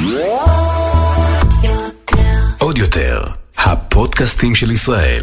עוד יותר, הפודקאסטים של ישראל.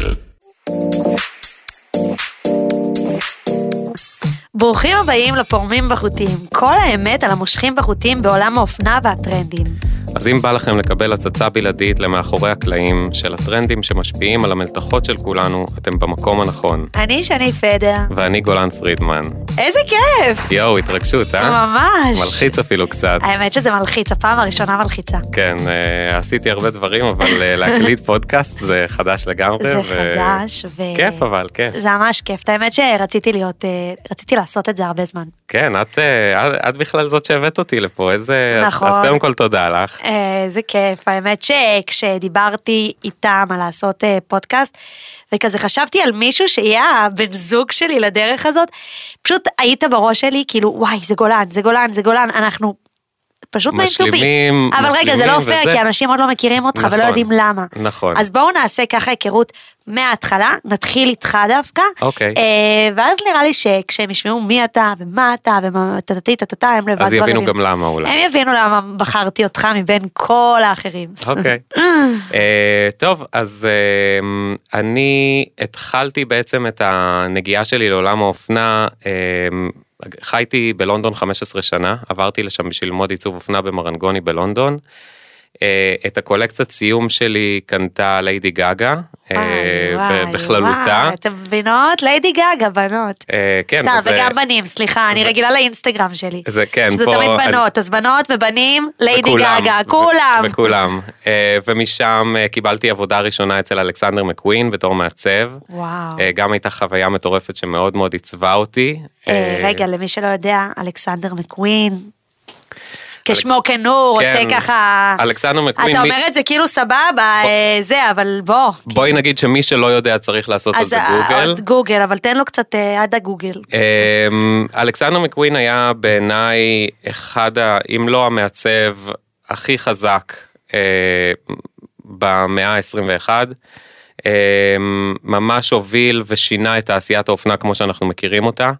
ברוכים הבאים לפורמים בחוטים, כל האמת על המושכים בחוטים בעולם האופנה והטרנדים. אז אם בא לכם לקבל הצצה בלעדית למאחורי הקלעים של הטרנדים שמשפיעים על המלתחות של כולנו, אתם במקום הנכון. אני שני פדר. ואני גולן פרידמן. איזה כיף! יואו, התרגשות, ממש. מלחיץ אפילו קצת. האמת שזה מלחיץ, הפעם הראשונה מלחיצה. כן, עשיתי הרבה דברים, אבל להקליט פודקאסט זה חדש לגמרי. זה חדש. כיף אבל, כן. זה ממש כיף. האמת שרציתי לעשות את זה הרבה זמן. כן, את בכלל זאת שהבאת אותי לפה, נכון. אז קודם כל תודה לך. זה כיף, האמת שכשדיברתי איתם על לעשות פודקאסט, וכזה חשבתי על מישהו שיהיה הבן זוג שלי לדרך הזאת, פשוט היית בראש שלי, כאילו, וואי, זה גולן, אנחנו פשוט משלימים, אבל רגע, זה לא פייר, כי אנשים עוד לא מכירים אותך, נכון, ולא יודעים למה. נכון. אז בואו נעשה ככה היכרות מההתחלה, נתחיל איתך דווקא, אוקיי. ואז נראה לי שכשהם ישמעו מי אתה, ומה אתה, ומה הם לבד. אז יבינו גם למה אולי. הם יבינו למה בחרתי אותך מבין כל האחרים. אוקיי. טוב, אז אני התחלתי בעצם את הנגיעה שלי לעולם האופנה, חייתי בלונדון 15 שנה, עברתי לשם בשביל ללמוד עיצוב אופנה במרנגוני בלונדון, את הקולקציית סיום שלי קנתה ליידי גגה, בכללותה. אתם מבינות? ליידי גגה, בנות. כן. סתם, וגם בנים, סליחה, אני רגילה לאינסטגרם שלי. זה כן. שזה תמיד בנות, אז בנות ובנים, ליידי גגה, כולם. וכולם. ומשם קיבלתי עבודה ראשונה אצל אלכסנדר מקווין בתור מעצב. וואו. גם הייתה חוויה מטורפת שמאוד מאוד עיצבה אותי. רגע, למי שלא יודע, אלכסנדר מקווין, כשמו כנור, רוצה ככה... אלכסנדר מקווין... אתה אומר את זה כאילו סבבה, אבל בוא. בואי נגיד שמי שלא יודע צריך לעשות את זה גוגל. אז גוגל, אבל תן לו קצת עד הגוגל. אלכסנדר מקווין היה בעיניי אחד, אם לא המעצב הכי חזק במאה ה-21, ממש הוביל ושינה את תעשיית האופנה כמו שאנחנו מכירים אותה.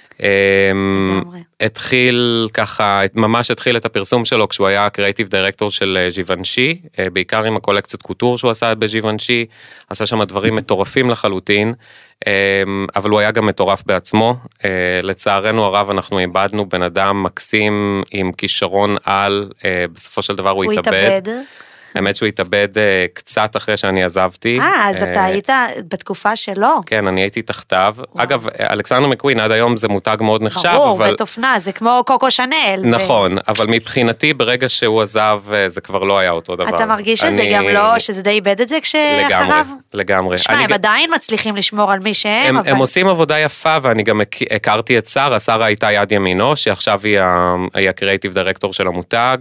התחיל ככה, ממש התחיל את הפרסום שלו כשהוא היה הקריאיטיב דירקטור של ז'יוונשי, בעיקר עם הקולקציית קוטור שהוא עשה בז'יוונשי, עשה שם דברים מטורפים לחלוטין, אבל הוא היה גם מטורף בעצמו. לצערנו הרב אנחנו איבדנו בן אדם מקסים עם כישרון על, בסופו של דבר הוא התאבד. האמת שהוא התאבד קצת אחרי שאני עזבתי. אז אתה היית בתקופה שלו. כן, אני הייתי תחתיו. אגב, אלכסנדר מקווין עד היום זה מותג מאוד נחשב. ברור, בית אופנה, זה כמו קוקו שנל. נכון, אבל מבחינתי ברגע שהוא עזב, זה כבר לא היה אותו דבר. אתה מרגיש שזה גם לא, שזה די איבד את זה כשאחריו? לגמרי. שמע, הם עדיין מצליחים לשמור על מי שהם. הם עושים עבודה יפה, ואני גם הכרתי את שרה, שרה הייתה יד ימינו, שעכשיו היא הקריאיטיב דירקטור של המותג,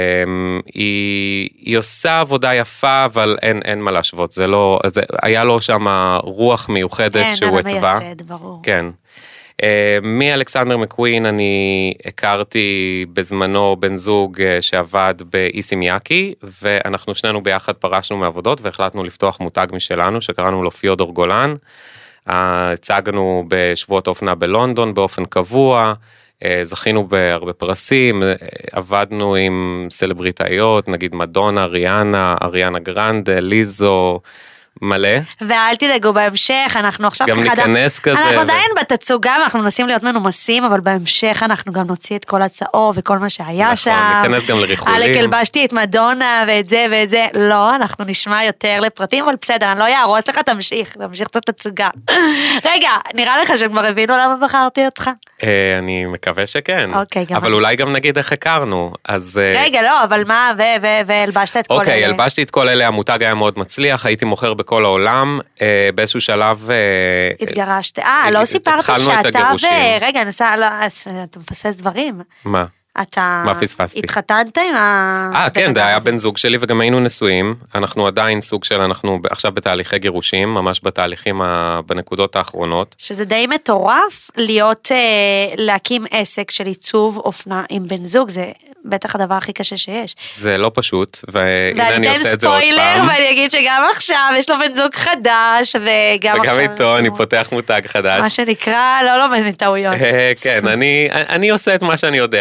והיא עושה עבודה יפה, אבל אין מה להשוות, זה לא, היה לו שם רוח מיוחדת שהוא התווה. כן, המייסד, ברור. כן. מאלכסנדר מקווין אני הכרתי בזמנו בן זוג שעבד באיסימיאקי, ואנחנו שנינו ביחד פרשנו מעבודות, והחלטנו לפתוח מותג משלנו, שקראנו לו פיודור גולן, הצגנו בשבועות האופנה בלונדון באופן קבוע, זכינו בהרבה פרסים, עבדנו עם סלבריטאיות, נגיד מדונה, אריאנה גרנדה, ליזו, מלא. ואל תדאגו, בהמשך, אנחנו עכשיו גם ניכנס כזה. אנחנו עדיין בתצוגה, ואנחנו מנסים להיות מנומסים, אבל בהמשך אנחנו גם נוציא את כל הצהוב, וכל מה שהיה שם. נכון, ניכנס גם לריחולים. אלק, הלבשתי את מדונה, ואת זה ואת זה. לא, אנחנו נשמע יותר לפרטים, אבל בסדר, אני לא יערוס לך, תמשיך את התצוגה. רגע, נראה לך שכבר הבינו למה בחרתי אותך? אני מקווה שכן. אוקיי, גם אבל אולי גם נגיד איך הכרנו. רגע, לא, אבל מה, והלבשת את כל אלה. אוקיי, הלבשתי את כל אלה, המותג היה מאוד מצליח, הייתי מוכר בכל העולם, באיזשהו שלב... התגרשת. לא סיפרת שאתה רגע, אתה מפספס דברים. מה? מה פספסתי? התחתנת עם כן, זה היה בן זוג שלי וגם היינו נשואים, אנחנו עדיין סוג של, אנחנו עכשיו בתהליכי גירושים, ממש בתהליכים, בנקודות האחרונות. שזה די מטורף להיות, להקים עסק של עיצוב אופנה עם בן זוג, זה בטח הדבר הכי קשה שיש. זה לא פשוט, והנה אני עושה את זה עוד פעם. ואני אתן ספוילר, ואני אגיד שגם עכשיו יש לו בן זוג חדש, וגם עכשיו... וגם איתו אני פותח מותג חדש. מה שנקרא, לא לומד מטעויות. כן, אני עושה את מה שאני יודע. זה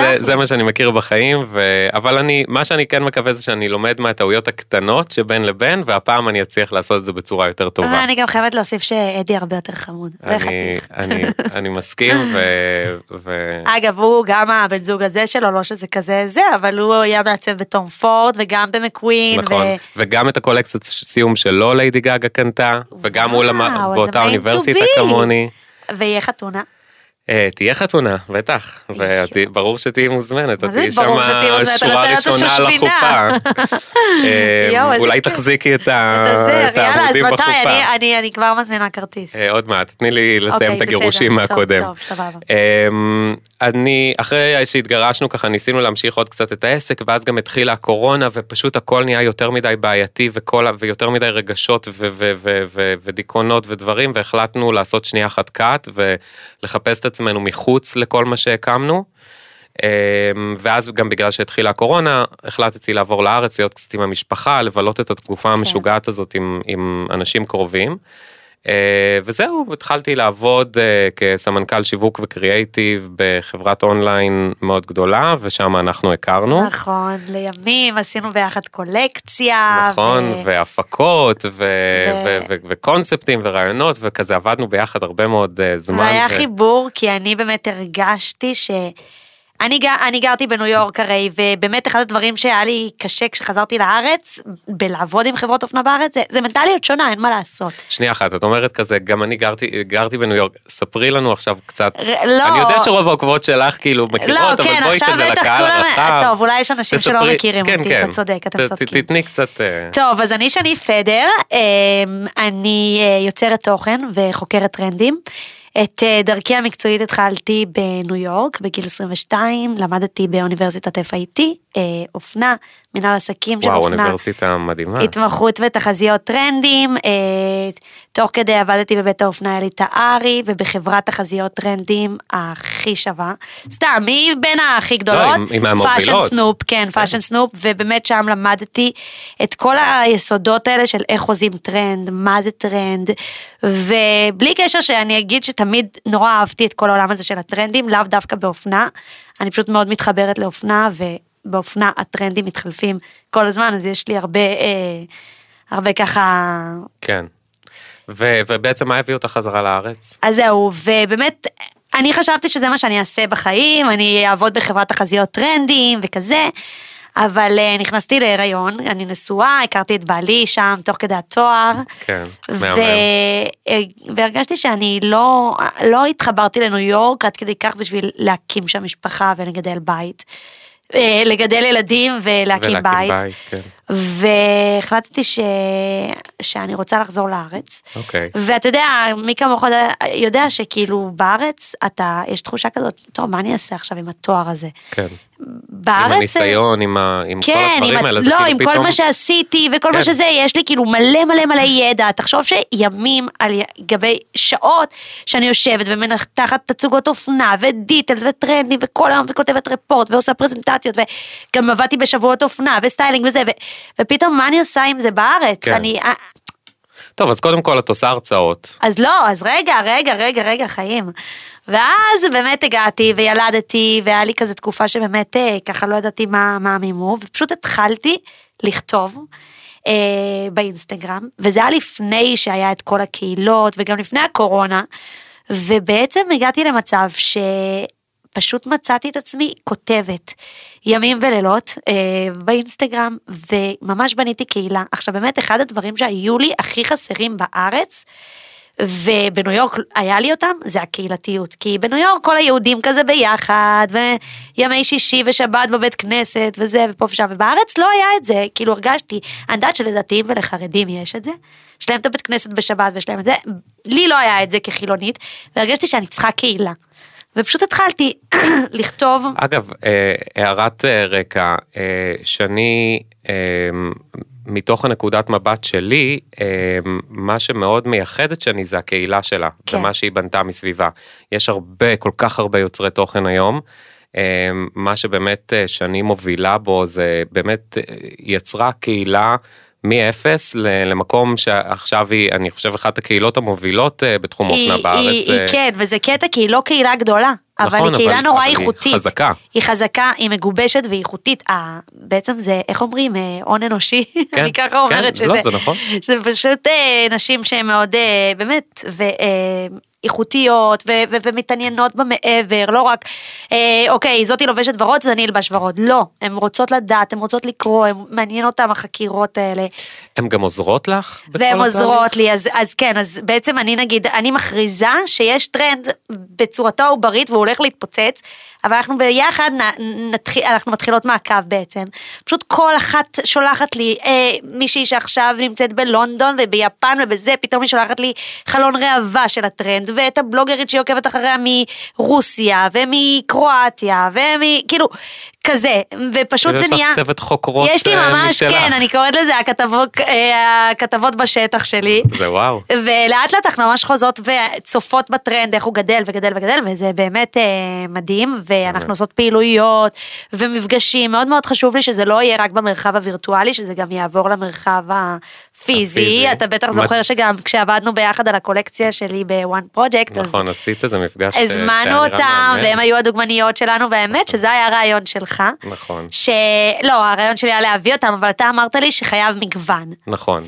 זה מה שאני מכיר בחיים, אבל מה שאני כן מקווה זה שאני לומד מהטעויות הקטנות שבין לבין, והפעם אני אצליח לעשות את זה בצורה יותר טובה. אני גם חייבת להוסיף שאדי הרבה יותר חמוד. אני מסכים, אגב, הוא גם הבן זוג הזה שלו, לא שזה כזה זה, אבל הוא היה מעצב בטום פורד, וגם במקווין. נכון, וגם את הקולקציית סיום שלו ליידי גגה קנתה, וגם הוא באותה אוניברסיטה כמוני. ויהיה חתונה. תהיה חתונה, בטח, וברור שתהי מוזמנת, מה זה ברור שתהי מוזמנת? שורה ראשונה על החופה. אולי תחזיקי את העמודים בחופה. אני כבר מזמינה כרטיס. עוד מעט, תתני לי לסיים את הגירושים מהקודם. טוב, סבבה. אחרי שהתגרשנו ככה, ניסינו להמשיך עוד קצת את העסק, ואז גם התחילה הקורונה, ופשוט הכל נהיה יותר מדי בעייתי, ויותר מדי רגשות ודיכאונות ודברים, והחלטנו לעשות שנייה אחת קאט, ולחפש את עצמנו מחוץ לכל מה שהקמנו, ואז גם בגלל שהתחילה הקורונה, החלטתי לעבור לארץ, להיות קצת עם המשפחה, לבלות את התקופה המשוגעת הזאת עם אנשים קרובים, וזהו, התחלתי לעבוד כסמנכ"ל שיווק וקריאייטיב בחברת אונליין מאוד גדולה, ושם אנחנו הכרנו. נכון, לימים עשינו ביחד קולקציה. נכון, והפקות, וקונספטים ורעיונות, וכזה עבדנו ביחד הרבה מאוד זמן. והיה חיבור, כי אני באמת הרגשתי אני גרתי בניו יורק הרי, ובאמת אחד הדברים שהיה לי קשה כשחזרתי לארץ, בלעבוד עם חברות אופנה בארץ, זה מנטליות שונה, אין מה לעשות. שנייה אחת, את אומרת כזה, גם אני גרתי בניו יורק, ספרי לנו עכשיו קצת, לא. אני יודע שרוב העוקבות שלך כאילו מכירות, אבל בואי כזה לקהל הרחב. טוב, אולי יש אנשים שלא מכירים אותי, אתה צודק, אתם צודקים. תתני קצת. טוב, אז אני שני פדר, אני יוצרת תוכן וחוקרת טרנדים, את דרכי המקצועית התחלתי בניו יורק, בגיל 22, למדתי באוניברסיטת FIT, אופנה, מנהל עסקים של אופנה. וואו, אוניברסיטה מדהימה. התמחות ותחזיות טרנדים, תוך כדי עבדתי בבית האופנה אליטה ארי, ובחברת תחזיות טרנדים הכי שווה. סתם, היא בין הכי גדולות. לא, עם המובילות. פאשן סנופ, כן, פאשן סנופ, ובאמת שם למדתי את כל היסודות האלה של איך עושים טרנד, מה זה טרנד, ובלי קשר שאני אגיד שתמיד נורא אהבתי את כל העולם הזה של הטרנדים, לאו דווקא באופנה, אני פשוט מאוד מתחברת לאופנה, ובאופנה הטרנדים מתחלפים כל הזמן, אז יש לי הרבה ככה... כן, ובעצם מה הביא אותך חזרה לארץ? אז זהו, ובאמת, אני חשבתי שזה מה שאני אעשה בחיים, אני אעבוד בחברת תחזיות טרנדים וכזה, אבל נכנסתי להיריון, אני נשואה, הכרתי את בעלי שם, תוך כדי התואר. כן, מהמם. והרגשתי שאני לא התחברתי לניו יורק, עד כדי כך בשביל להקים שם משפחה ולגדל בית. לגדל ילדים ולהקים בית. כן. והחלטתי שאני רוצה לחזור לארץ. אוקיי. ואתה יודע, מי כמוך יודע שכאילו בארץ, יש תחושה כזאת, טוב, מה אני אעשה עכשיו עם התואר הזה? כן. בארץ... עם הניסיון, עם כל הדברים האלה, זה לא, כאילו עם פתאום... כל מה שעשיתי וכל מה שזה, יש לי כאילו מלא ידע, תחשוב שימים על גבי שעות שאני יושבת ומנתחת תצוגות אופנה ודיטלס וטרנדים וכל היום וכותבת רפורט ועושה פרזנטציות וגם עבדתי בשבועות אופנה וסטיילינג וזה ופתאום מה אני עושה עם זה בארץ? כן. טוב, אז קודם כל את עושה הרצאות. אז לא, אז רגע, חיים. ואז באמת הגעתי וילדתי, והיה לי כזה תקופה שבאמת ככה לא ידעתי מה המימו, ופשוט התחלתי לכתוב באינסטגרם, וזה היה לפני שהיה את כל הקהילות, וגם לפני הקורונה, ובעצם הגעתי למצב פשוט מצאתי את עצמי כותבת ימים ולילות באינסטגרם, וממש בניתי קהילה. עכשיו באמת אחד הדברים שהיו לי הכי חסרים בארץ, ובניו יורק היה לי אותם, זה הקהילתיות, כי בניו יורק כל היהודים כזה ביחד, וימי שישי ושבת בבית כנסת וזה, ופה ושם, ובארץ לא היה את זה, כאילו הרגשתי, אני יודעת שלדתיים ולחרדים יש את זה, יש להם את הבית כנסת בשבת ויש להם את זה, לי לא היה את זה כחילונית, והרגשתי שאני צריכה קהילה. ופשוט התחלתי לכתוב. אגב, הערת רקע, שאני, מתוך הנקודת מבט שלי, מה שמאוד מייחדת שאני זה הקהילה שלה, כן. ומה שהיא בנתה מסביבה. יש כל כך הרבה יוצרי תוכן היום, מה שבאמת שאני מובילה בו, זה באמת יצרה קהילה, מ-0 למקום שעכשיו היא, אני חושב, אחת הקהילות המובילות בתחום אופנה בארץ. כן, וזה קטע כי היא לא קהילה גדולה. אבל היא קהילה נורא איכותית. היא חזקה. היא חזקה, היא מגובשת ואיכותית. בעצם זה, איך אומרים, הון אנושי? אני ככה אומרת שזה. לא, זה נכון. שזה פשוט נשים שהן מאוד, באמת, איכותיות ומתעניינות במעבר, לא רק, אוקיי, זאתי לובשת ורוד, אז אני אלבש ורוד. לא, הן רוצות לדעת, הן רוצות לקרוא, הן מעניין אותן החקירות האלה. הן גם עוזרות לך? והן עוזרות לי, אז כן, אז בעצם אני נגיד, אני מכריזה שיש טרנד בצורתו עוברית והוא הולך להתפוצץ, אבל אנחנו ביחד אנחנו מתחילות מעקב בעצם. פשוט כל אחת שולחת לי, מישהי שעכשיו נמצאת בלונדון וביפן ובזה, פתאום היא שולחת לי חלון ראווה של הטרנד, ואת הבלוגרית שהיא עוקבת אחריה מרוסיה ומקרואטיה, כאילו, כזה, ופשוט זה נהיה... יש לך צוות חוקרות משלך. יש לי ממש, כן, אני קוראת לזה הכתבות בשטח שלי. זה וואו. ולאט לאט אנחנו ממש חוזות וצופות בטרנד, איך הוא גדל וגדל וגדל, וזה באמת מדהים, ואנחנו עושות פעילויות ומפגשים, מאוד מאוד חשוב לי שזה לא יהיה רק במרחב הווירטואלי, שזה גם יעבור למרחב הפיזי. אתה בטח זוכר שגם כשעבדנו ביחד על הקולקציה שלי ב-One Project, נכון, עשית איזה מפגש. הזמנו אותם, והם היו הדוגמניות שלנו, והאמת שזה היה הרעיון שלך. נכון. לא, הרעיון שלי היה להביא אותם, אבל אתה אמרת לי שחייב מגוון. נכון.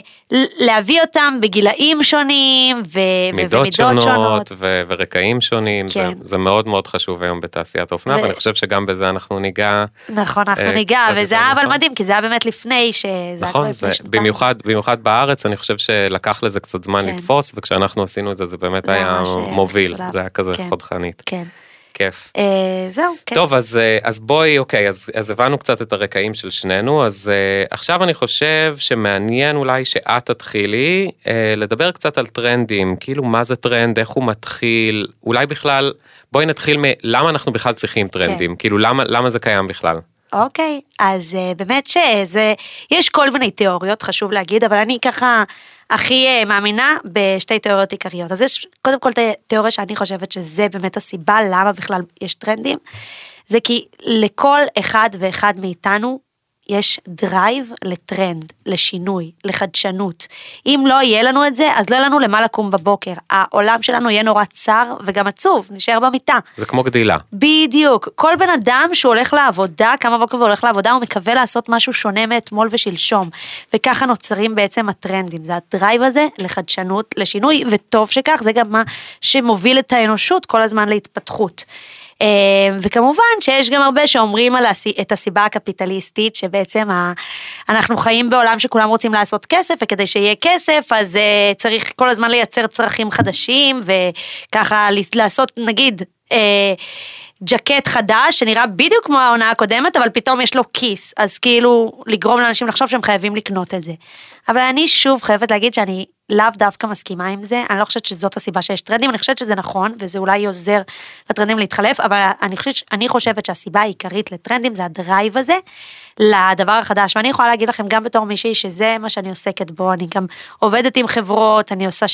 שלהביא אותם בגילאים שונים, מידות שונות, ורקעים שונים, זה מאוד מאוד חשוב היום בתעשיית האופנה, ואני חושב שגם בזה אנחנו ניגע. נכון, אנחנו ניגע, וזה היה אבל מדהים, כי זה היה באמת לפני נכון, במיוחד בארץ, אני חושב שלקח לזה קצת זמן לתפוס, וכשאנחנו עשינו את זה, זה באמת היה מוביל, זה היה כזה חודכנית. כן. כיף. זהו, כן. טוב, אז בואי, אוקיי, אז הבנו קצת את הרקעים של שנינו, אז עכשיו אני חושב שמעניין אולי שאת תתחילי לדבר קצת על טרנדים, כאילו מה זה טרנד, איך הוא מתחיל, אולי בכלל, בואי נתחיל למה אנחנו בכלל צריכים טרנדים, כאילו למה זה קיים בכלל? אוקיי, אז באמת יש כל מיני תיאוריות, חשוב להגיד, אבל אני ככה הכי מאמינה בשתי תיאוריות עיקריות. אז יש קודם כל תיאוריה שאני חושבת שזה באמת הסיבה למה בכלל יש טרנדים, זה כי לכל אחד ואחד מאיתנו יש דרייב לטרנד, לשינוי, לחדשנות. אם לא יהיה לנו את זה, אז לא יהיה לנו למה לקום בבוקר. העולם שלנו יהיה נורא צר וגם עצוב, נשאר במיטה. זה כמו גדילה. בדיוק. כל בן אדם שהוא הולך לעבודה, קם בבוקר והולך לעבודה, הוא מקווה לעשות משהו שונה מאתמול ושלשום. וככה נוצרים בעצם הטרנדים. זה הדרייב הזה לחדשנות, לשינוי, וטוב שכך, זה גם מה שמוביל את האנושות כל הזמן להתפתחות. וכמובן שיש גם הרבה שאומרים את הסיבה הקפיטליסטית, שבעצם אנחנו חיים בעולם שכולם רוצים לעשות כסף, וכדי שיהיה כסף, אז צריך כל הזמן לייצר צרכים חדשים, וככה לעשות, נגיד, ג'קט חדש, שנראה בדיוק כמו העונה הקודמת, אבל פתאום יש לו כיס, אז כאילו לגרום לאנשים לחשוב שהם חייבים לקנות את זה. אבל אני שוב חייבת להגיד שאני לאו דווקא מסכימה עם זה, אני לא חושבת שזאת הסיבה שיש טרנדים, אני חושבת שזה נכון, וזה אולי עוזר לטרנדים להתחלף, אבל אני חושבת שהסיבה העיקרית לטרנדים זה הדרייב הזה, לדבר החדש, ואני יכולה להגיד לכם גם בתור מישהי שזה מה שאני עוסקת בו, אני גם עובדת עם חברות,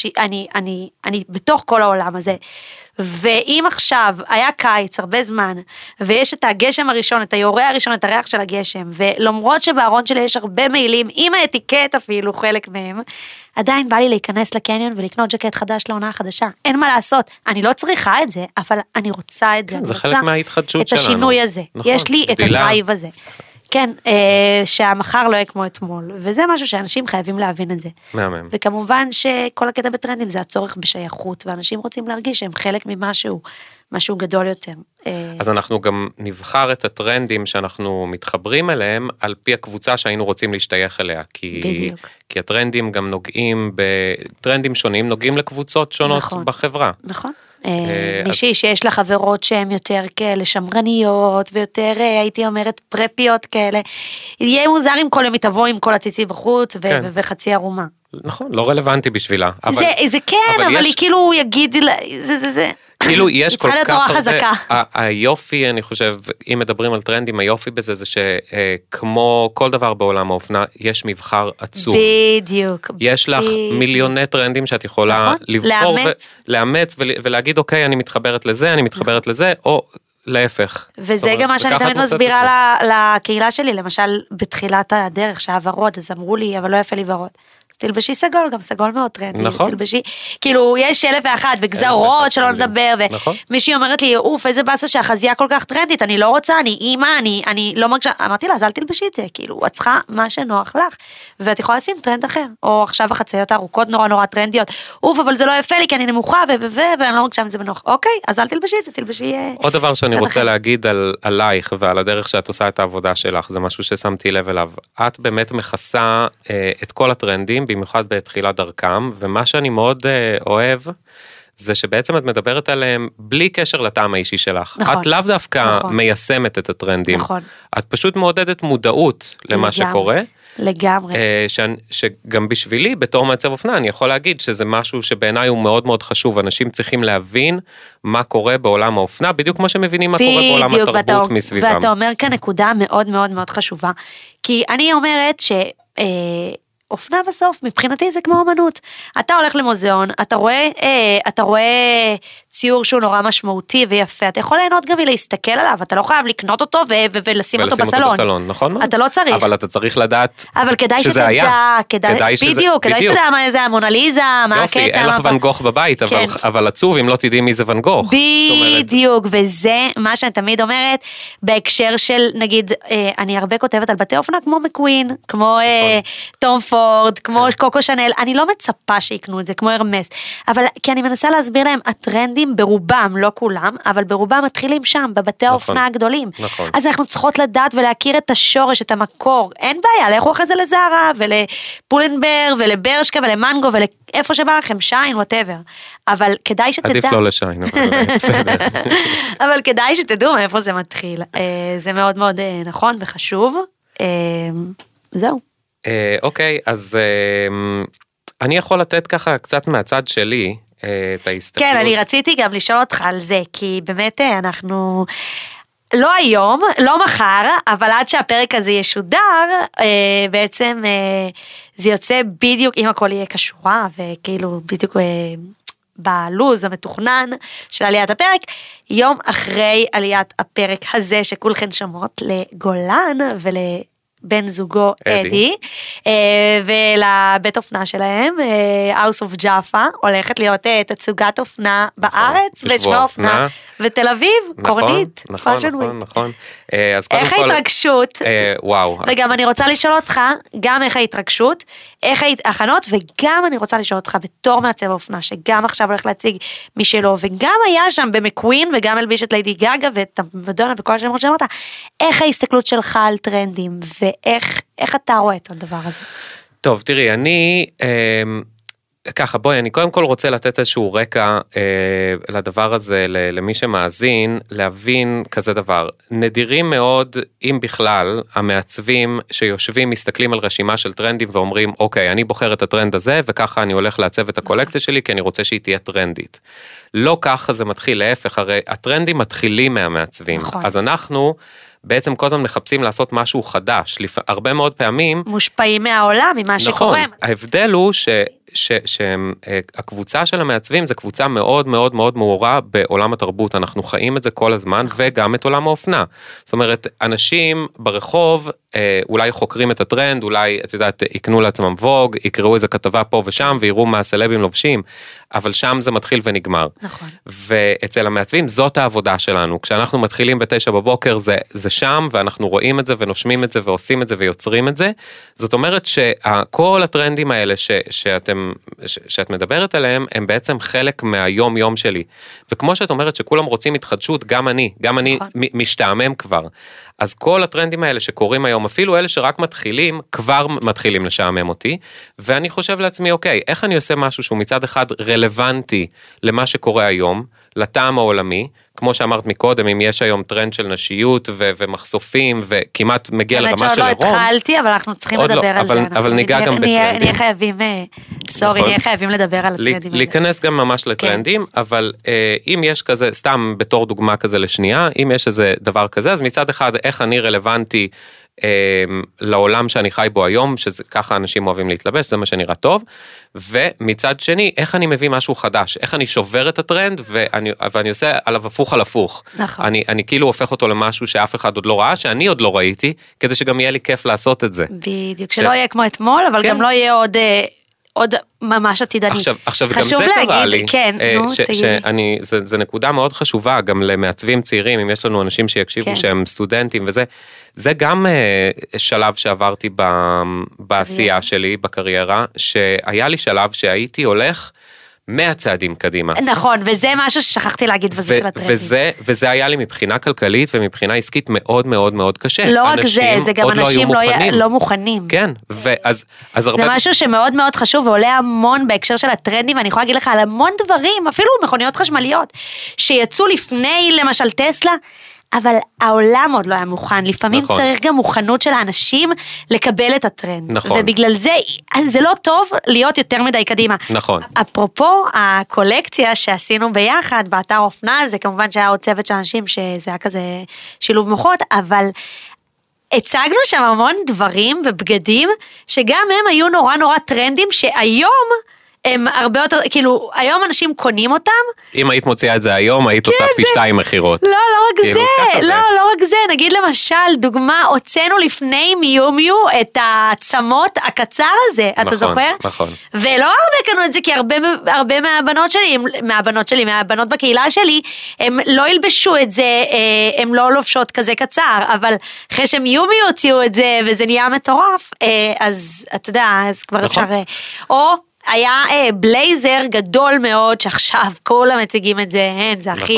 אני בתוך כל העולם הזה, ואם עכשיו היה קיץ הרבה זמן, ויש את הגשם הראשון, את היורה הראשון, את הריח של הגשם, ולמרות שבארון שלי יש הרבה מילים, עם האטיקט אפילו חלק מהם, עדיין בא לי להיכנס לקניון ולקנות ג'קט חדש לעונה החדשה. אין מה לעשות, אני לא צריכה את זה, אבל אני רוצה את זה. זה חלק מההתחדשות שלנו. את השינוי הזה. יש לי את הדרייב הזה. כן, שהמחר לא יהיה כמו אתמול, וזה משהו שאנשים חייבים להבין את זה. מהמם. וכמובן שכל הקטע בטרנדים זה הצורך בשייכות, ואנשים רוצים להרגיש שהם חלק ממשהו, משהו גדול יותר. אז אנחנו גם נבחר את הטרנדים שאנחנו מתחברים אליהם, על פי הקבוצה שהיינו רוצים להשתייך אליה, כי הטרנדים גם נוגעים, טרנדים שונים נוגעים לקבוצות שונות בחברה. נכון. מישהי שיש לה חברות שהן יותר כאלה שמרניות, ויותר הייתי אומרת פרפיות כאלה, יהיה מוזר אם כל הם יתבוא עם כל הציצי בחוץ וחצי ערומה. נכון, לא רלוונטי בשבילה. זה כן, אבל היא כאילו יגיד, זה כאילו יש כל כך הרבה, חזקה. היופי, אני חושב, אם מדברים על טרנדים, היופי בזה זה שכמו כל דבר בעולם האופנה, יש מבחר עצום. בדיוק. יש לך מיליוני טרנדים שאת יכולה לבחור, לאמץ ולהגיד, אוקיי, אני מתחברת לזה, אני מתחברת לזה, או להפך. וזה גם מה שאני תמיד מסבירה לקהילה שלי, למשל בתחילת הדרך שהיה ורוד, אז אמרו לי, אבל לא יפה לי ורוד. אז תלבשי סגול, גם סגול מאוד טרנדי. נכון. תלבשי, כאילו, יש 1001 וגזרות שלא נדבר, נכון. ומישהי אומרת לי, אוף, איזה באסה שהחזייה כל כך טרנדית, אני לא רוצה, אני אימא, אני לא מרגישה, אמרתי לה, אז אל תלבשי את זה, כאילו, את צריכה מה שנוח לך, ואת יכולה לשים טרנד אחר, או עכשיו החצאיות הארוכות נורא טרנדיות, אוף, אבל זה לא יפה לי, כי אני נמוכה, ואני לא מרגישה עם זה בנוח. אוקיי, אז אל תלבשי את זה, תלבשי... עוד דבר שאני רוצה להגיד עלייך ועל הדרך שאת עושה את העבודה שלך, זה משהו ששמתי לב אליו. את באמת מכסה את כל הטרנדים, במיוחד בתחילת דרכם, ומה שאני מאוד אוהב, זה שבעצם את מדברת עליהם בלי קשר לטעם האישי שלך. נכון. את לאו דווקא נכון. מיישמת את הטרנדים. נכון. את פשוט מעודדת מודעות למה שקורה. לגמרי. שגם בשבילי, בתור מעצב אופנה, אני יכול להגיד שזה משהו שבעיניי הוא מאוד מאוד חשוב. אנשים צריכים להבין מה קורה בעולם האופנה, בדיוק כמו שמבינים מה קורה בעולם התרבות מסביבם. ואתה אומר כאן נקודה מאוד מאוד מאוד חשובה. כי אני אומרת אופנה בסוף, מבחינתי זה כמו אומנות. אתה הולך למוזיאון, אתה רואה ציור שהוא נורא משמעותי ויפה, אתה יכול ליהנות גם מלהסתכל עליו, אתה לא חייב לקנות אותו ולשים אותו בסלון. נכון? אתה לא צריך. אבל אתה צריך לדעת שזה היה. בדיוק, כדאי שתדע מה זה המונליזה, מה הקטע. יופי, אין לך ואן גוך בבית, אבל עצוב אם לא תדעי מי זה ואן גוך. בדיוק, וזה מה שאני תמיד אומרת, בהקשר של, נגיד, אני הרבה כותבת על בתי אופנה כמו מקווין, כמו טום פורד, כמו קוקו שנל, אני לא מצפה שיקנו את זה, כמו הרמס, אבל כי אני מנסה להסביר להם, הטרנדים ברובם, לא כולם, אבל ברובם מתחילים שם, בבתי האופנה הגדולים. אז אנחנו צריכות לדעת ולהכיר את השורש, את המקור, אין בעיה, לכו אחרי זה לזרה, ולפולנבר, ולברשקה, ולמנגו, ולאיפה שבא לכם, שיין, whatever. אבל כדאי שתדע... עדיף לא לשיין, בסדר. אבל כדאי שתדעו מאיפה זה מתחיל. זה מאוד מאוד נכון וחשוב. זהו. אוקיי, אז אני יכול לתת ככה קצת מהצד שלי את ההסתכלות. כן, אני רציתי גם לשאול אותך על זה, כי באמת אנחנו, לא היום, לא מחר, אבל עד שהפרק הזה ישודר, בעצם זה יוצא בדיוק, אם הכל יהיה קשורה, וכאילו בדיוק בלוז המתוכנן של עליית הפרק, יום אחרי עליית הפרק הזה, שכולכן שמות לגולן בן זוגו אדי, ולבית אופנה שלהם, House of Jaffa, הולכת להיות תצוגת אופנה בארץ, בשבוע אופנה, ותל אביב, קורנית, נכון. איך ההתרגשות, וואו. וגם אני רוצה לשאול אותך, גם איך ההתרגשות, איך ההכנות, וגם אני רוצה לשאול אותך בתור מעצב אופנה, שגם עכשיו הולך להציג משלו, וגם היה שם במקווין, וגם הלביש את ליידי גגה, ואת המדונה וכל השמות שאמרת, איך ההסתכלות שלך על טרנדים, איך אתה רואה את הדבר הזה? טוב, תראי, אני, ככה, בואי, אני קודם כל רוצה לתת איזשהו רקע לדבר הזה, למי שמאזין, להבין כזה דבר. נדירים מאוד, אם בכלל, המעצבים שיושבים, מסתכלים על רשימה של טרנדים ואומרים, אוקיי, אני בוחר את הטרנד הזה, וככה אני הולך לעצב את הקולקציה שלי, כי אני רוצה שהיא תהיה טרנדית. לא ככה זה מתחיל, להפך, הרי הטרנדים מתחילים מהמעצבים. נכון. אז אנחנו בעצם כל הזמן מחפשים לעשות משהו חדש, הרבה מאוד פעמים... מושפעים מהעולם, ממה שקורה. נכון, ההבדל הוא שהקבוצה של המעצבים זה קבוצה מאוד מאוד מאוד מעורה בעולם התרבות, אנחנו חיים את זה כל הזמן, וגם את עולם האופנה. זאת אומרת, אנשים ברחוב אולי חוקרים את הטרנד, אולי, את יודעת, יקנו לעצמם ווג, יקראו איזה כתבה פה ושם, ויראו מה הסלבים לובשים, אבל שם זה מתחיל ונגמר. נכון. ואצל המעצבים זאת העבודה שלנו, כשאנחנו מתחילים ב9 בבוקר, זה שם, ואנחנו רואים את זה, ונושמים את זה, ועושים את זה, ויוצרים את זה. זאת אומרת שכל הטרנדים האלה שאת מדברת עליהם, הם בעצם חלק מהיום יום שלי. וכמו שאת אומרת שכולם רוצים התחדשות, גם אני משתעמם כבר. אז כל הטרנדים האלה שקורים היום, אפילו אלה שרק מתחילים, כבר מתחילים לשעמם אותי, ואני חושב לעצמי, אוקיי, איך אני עושה משהו שהוא מצד אחד רלוונטי למה שקורה היום, לטעם העולמי, כמו שאמרת מקודם, אם יש היום טרנד של נשיות ומחשופים, וכמעט מגיע לרמה של עירום. לא התחלתי, אבל אנחנו צריכים לדבר על זה. אבל ניגע גם בטרנדים. נהיה חייבים, נהיה חייבים לדבר על הטרנדים. להיכנס גם ממש לטרנדים, אבל אם יש כזה, סתם בתור דוגמה כזה לשנייה, אם יש איזה דבר כזה, אז מצד אחד, איך אני רלוונטי לעולם שאני חי בו היום, שככה אנשים אוהבים להתלבש, זה מה שנראה טוב, ומצד שני, איך אני מביא משהו חדש, איך אני שובר את הטרנד, ואני עושה עליו הפוך על הפוך. נכון. אני כאילו הופך אותו למשהו שאף אחד עוד לא ראה, שאני עוד לא ראיתי, כדי שגם יהיה לי כיף לעשות את זה. בדיוק, שלא יהיה כמו אתמול, אבל גם לא יהיה עוד עוד ממש עתידני. עכשיו גם זה קרה לי, כן, נו, תגידי. זה נקודה מאוד חשובה, גם למעצבים צעירים, אם יש לנו אנשים שיקשיבו שהם סטודנטים וזה, זה גם שלב שעברתי בעשייה שלי, בקריירה, שהיה לי שלב שהייתי הולך 100 צעדים קדימה. נכון, וזה משהו ששכחתי להגיד בזה של הטרנדים. וזה היה לי מבחינה כלכלית ומבחינה עסקית מאוד מאוד מאוד קשה. לא רק זה גם אנשים לא מוכנים. כן, ואז הרבה... זה משהו שמאוד מאוד חשוב ועולה המון בהקשר של הטרנדים, ואני יכולה להגיד לך על המון דברים, אפילו מכוניות חשמליות, שיצאו לפני למשל טסלה, אבל העולם עוד לא היה מוכן, לפעמים צריך גם מוכנות של האנשים לקבל את הטרנד. נכון. ובגלל זה, זה לא טוב להיות יותר מדי קדימה. נכון. אפרופו הקולקציה שעשינו ביחד, באתר אופנה, זה כמובן שהיה עוד צוות של אנשים שזה היה כזה שילוב מוחות, אבל הצגנו שם המון דברים ובגדים, שגם הם היו נורא נורא טרנדים, שהיום הם הרבה יותר, כאילו, היום אנשים קונים אותם. אם היית מוציאה את זה היום, היית עושה פי 2 מחירות. לא רק זה, לא רק זה, נגיד למשל, דוגמה, הוצאנו לפני מיומיו את העצמות הקצר הזה, אתה זוכר? נכון. ולא הרבה קנו את זה, כי הרבה מהבנות בקהילה שלי, הם לא ילבשו את זה, הם לא לובשות כזה קצר, אבל אחרי שמיומיו הוציאו את זה, וזה נהיה מטורף, אז אתה יודע, אז כבר אפשר, או היה בלייזר גדול מאוד, שעכשיו כולם מציגים את זה, זה הכי,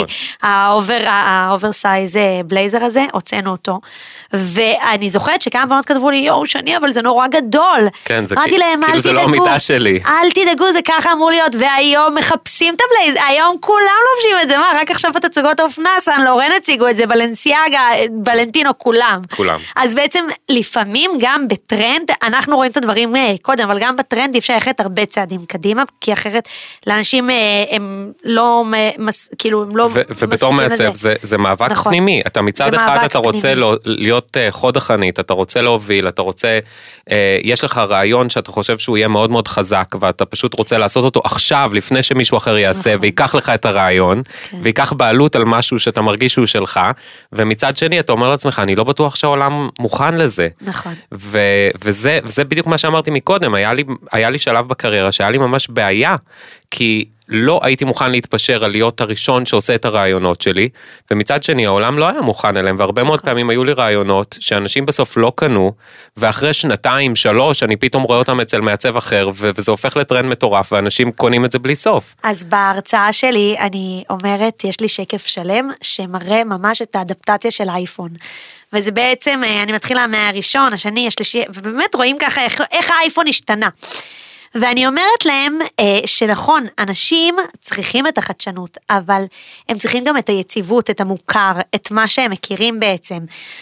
האוברסייז בלייזר הזה, הוצאנו אותו, ואני זוכרת שכמה בנות כתבו לי, יואו שני, אבל זה נורא גדול. כן, זה כאילו זה לא המידה שלי. אל תדאגו, זה ככה אמור להיות, והיום מחפשים את הבלייזר, היום כולם לובשים את זה, מה, רק עכשיו בתצוגות האופנה, סן לורן הציגו את זה, בלנסיאגה, בלנטינו, כולם. אז בעצם, לפעמים גם בטרנד, אנחנו רואים את הדברים קודם, אבל גם בטרנד אפשר ללכת הרבה צעדים קדימה, כי אחרת לאנשים הם לא, כאילו, הם לא... ובתור מעצב, זה מאבק פנימי. אתה מצד אחד, אתה רוצה להיות חוד החנית, אתה רוצה להוביל, אתה רוצה, יש לך רעיון שאתה חושב שהוא יהיה מאוד מאוד חזק, ואתה פשוט רוצה לעשות אותו עכשיו, לפני שמישהו אחר יעשה, ויקח לך את הרעיון, ויקח בעלות על משהו שאתה מרגיש שהוא שלך, ומצד שני, אתה אומר לעצמך, אני לא בטוח שהעולם מוכן לזה. נכון. וזה בדיוק מה שאמרתי מקודם, היה לי שלב בקריירה, שהיה לי ממש בעיה, כי לא הייתי מוכן להתפשר על להיות הראשון שעושה את הרעיונות שלי, ומצד שני העולם לא היה מוכן אליהם, והרבה מאוד פעמים היו לי רעיונות שאנשים בסוף לא קנו, ואחרי 2, 3, אני פתאום רואה אותם אצל מעצב אחר, וזה הופך לטרנד מטורף, ואנשים קונים את זה בלי סוף. אז בהרצאה שלי אני אומרת, יש לי שקף שלם, שמראה ממש את האדפטציה של האייפון. וזה בעצם, אני מתחילה מהראשון, השני, השלישי, ובאמת רואים ככה איך האייפון השתנה. ואני אומרת להם שנכון, אנשים צריכים את החדשנות, אבל הם צריכים גם את היציבות, את המוכר, את מה שהם מכירים בעצם.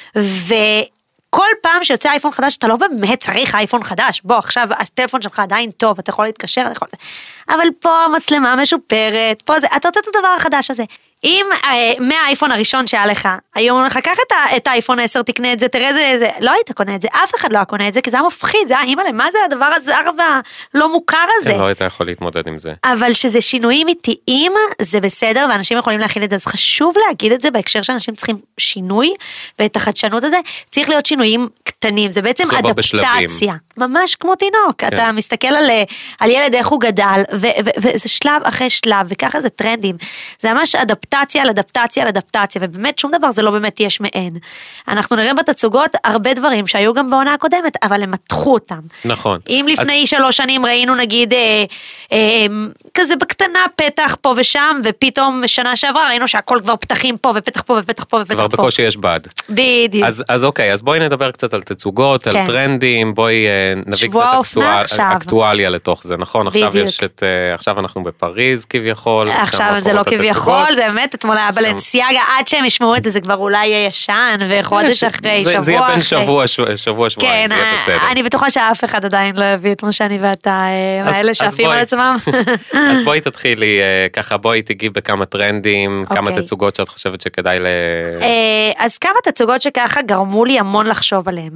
וכל פעם שיוצא אייפון חדש, אתה לא באמת צריך אייפון חדש. בוא, עכשיו הטלפון שלך עדיין טוב, אתה יכול להתקשר, אבל פה המצלמה משופרת, פה זה, אתה רוצה את הדבר החדש הזה. אם מהאייפון הראשון שהיה לך, היום לך, קח את האייפון 10, תקנה את זה, תראה זה, לא היית קונה את זה, אף אחד לא היה קונה את זה, כי זה היה מפחיד, זה היה אימא'לה, מה זה הדבר הזר והלא מוכר הזה? לא היית יכול להתמודד עם זה. אבל שזה שינויים איטיים, זה בסדר, ואנשים יכולים להכיל את זה, אז חשוב להגיד את זה, בהקשר שאנשים צריכים שינוי, ואת החדשנות הזה, צריך להיות שינויים קטנים, זה בעצם אדפטציה, ממש כמו תינוק, אתה מסתכל על ילד איך הוא גדל, וזה שלב אחרי שלב, וככה זה טרנדים, זה ממש אדפטציה על אדפטציה על אדפטציה, ובאמת שום דבר זה לא באמת יש מאין. אנחנו נראה בתצוגות הרבה דברים שהיו גם בעונה הקודמת, אבל הם מתחו אותם. נכון. אם לפני 3 שנים ראינו נגיד, כזה בקטנה פתח פה ושם, ופתאום שנה שעברה ראינו שהכל כבר פתחים פה ופתח פה ופתח פה ופתח פה. כבר בקושי יש בד. בדיוק. אז אוקיי, אז בואי נדבר קצת על תצוגות, על טרנדים, בואי נביא קצת אקטואליה לתוך זה, נכון? עכשיו אנחנו בפריז כביכול. עכשיו זה לא כביכול, זה באמת, אתמול היה בלנסיאגה, עד שהם ישמעו את זה, זה כבר אולי יהיה ישן, וחודש אחרי, שבוע אחרי. זה יהיה בין שבוע, כן, זה יהיה בסדר. אני בטוחה שאף אחד עדיין לא יביא את מה שאני ואתה, האלה שעפים על עצמם. אז בואי תתחילי, ככה בואי תגיב בכמה טרנדים, כמה תצוגות שאת חושבת שכדאי אז כמה תצוגות שככה גרמו לי המון לחשוב עליהם.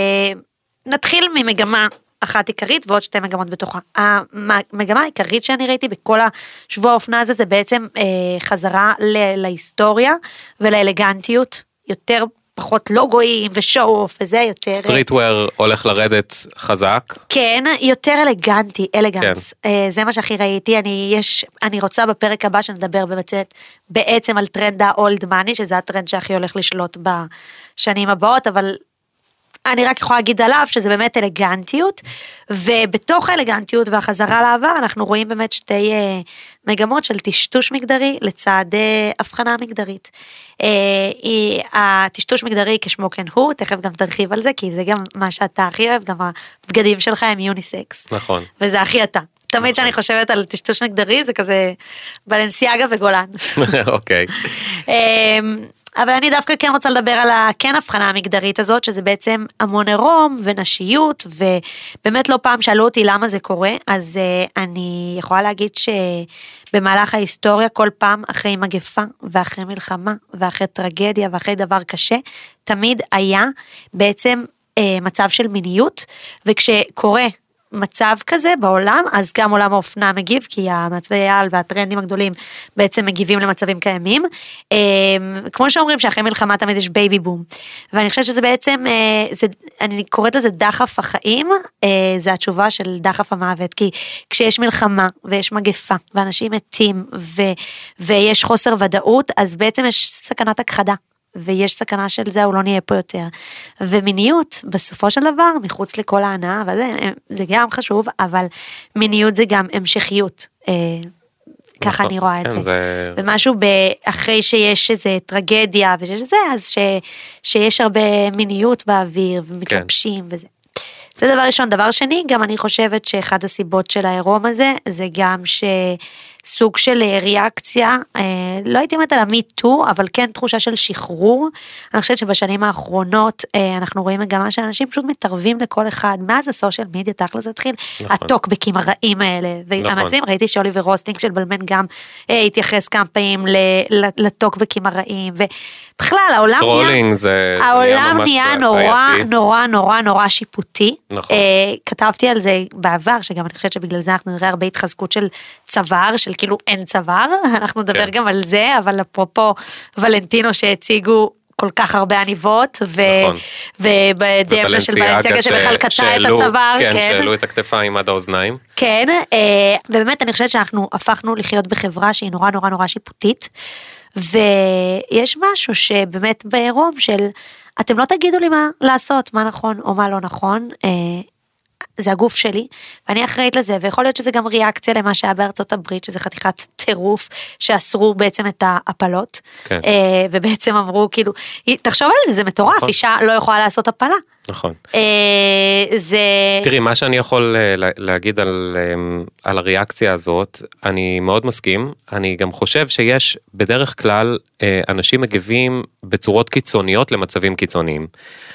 נתחיל ממגמה אחת עיקרית ועוד 2 מגמות בתוכה. המגמה העיקרית שאני ראיתי בכל השבוע האופנה הזה, זה בעצם חזרה להיסטוריה ולאלגנטיות, יותר פחות לוגויים ושואו-אוף וזה יותר... סטריטוור הולך לרדת חזק. כן, יותר אלגנטי, אלגנס. זה מה שהכי ראיתי, אני רוצה בפרק הבא שנדבר בעצם על טרנד האולד מאני, שזה הטרנד שהכי הולך לשלוט בשנים הבאות, אבל אני רק יכולה להגיד עליו שזה באמת אלגנטיות, ובתוך האלגנטיות והחזרה לעבר אנחנו רואים באמת שתי מגמות של טשטוש מגדרי לצד הבחנה מגדרית. הטשטוש מגדרי כשמו כן הוא, תכף גם תרחיב על זה, כי זה גם מה שאתה הכי אוהב, גם הבגדים שלך הם יוניסקס. נכון. וזה הכי אתה. תמיד שאני חושבת על טשטוש מגדרי, זה כזה בלנסיאגה וגולן. אוקיי. אבל אני דווקא כן רוצה לדבר על הכן הבחנה המגדרית הזאת, שזה בעצם המון עירום ונשיות, ובאמת לא פעם שאלו אותי למה זה קורה, אז אני יכולה להגיד שבמהלך ההיסטוריה, כל פעם אחרי מגפה, ואחרי מלחמה, ואחרי טרגדיה, ואחרי דבר קשה, תמיד היה בעצם מצב של מיניות, וכשקורה מצב כזה בעולם, אז גם עולם האופנה מגיב, כי המעצבי העל והטרנדים הגדולים בעצם מגיבים למצבים קיימים. כמו שאומרים שאחרי מלחמה תמיד יש בייבי בום, ואני חושבת שזה בעצם, אני קוראת לזה דחף החיים, זה התשובה של דחף המוות, כי כשיש מלחמה ויש מגפה, ואנשים מתים ויש חוסר ודאות, אז בעצם יש סכנת הכחדה. ויש סכנה של זה, הוא לא נהיה פה יותר. ומיניות, בסופו של דבר, מחוץ לכל ההנאה, וזה גם חשוב, אבל מיניות זה גם המשכיות. ככה אני רואה את זה. ומשהו אחרי שיש איזה טרגדיה, ושיש זה, אז שיש הרבה מיניות באוויר, ומתלבשים וזה. זה דבר ראשון. דבר שני, גם אני חושבת שאחד הסיבות של העירום הזה, זה גם סוג של ריאקציה, לא הייתי אומרת על המיטו, אבל כן תחושה של שחרור. אני חושבת שבשנים האחרונות אנחנו רואים מגמה שאנשים פשוט מתערבים לכל אחד, מאז הסושיאל מדיה תכל'ס התחיל, הטוקבקים הרעים האלה, והמצאים, ראיתי שאוליבר רוסטינג של בלמן גם התייחס כמה פעמים לטוקבקים הרעים, ובכלל העולם נהיה נורא שיפוטי, כתבתי על זה בעבר, שגם אני חושבת שבגלל זה אנחנו נראה הרבה התחזקות של צוואר, של כאילו אין צוואר, אנחנו נדבר גם על זה, אבל אפרופו ולנטינו שהציגו כל כך הרבה עניבות, ובדמלה של בלנסיאגה שבכלל קטע את הצוואר, כן, שאלו את הכתפיים עד האוזניים. כן, ובאמת אני חושבת שאנחנו הפכנו לחיות בחברה שהיא נורא שיפוטית, ויש משהו שבאמת בעירום של, אתם לא תגידו לי מה לעשות, מה נכון או מה לא נכון, זה הגוף שלי, ואני אחראית לזה, ויכול להיות שזה גם ריאקציה למה שהיה בארצות הברית, שזה חתיכת טירוף, שאסרו בעצם את ההפלות, כן. ובעצם אמרו, כאילו, תחשוב על זה, זה מטורף, נכון. אישה לא יכולה לעשות הפלה. נכון. תראי, מה שאני יכול להגיד על הריאקציה הזאת, אני מאוד מסכים, אני גם חושב שיש בדרך כלל אנשים מגיבים בצורות קיצוניות למצבים קיצוניים.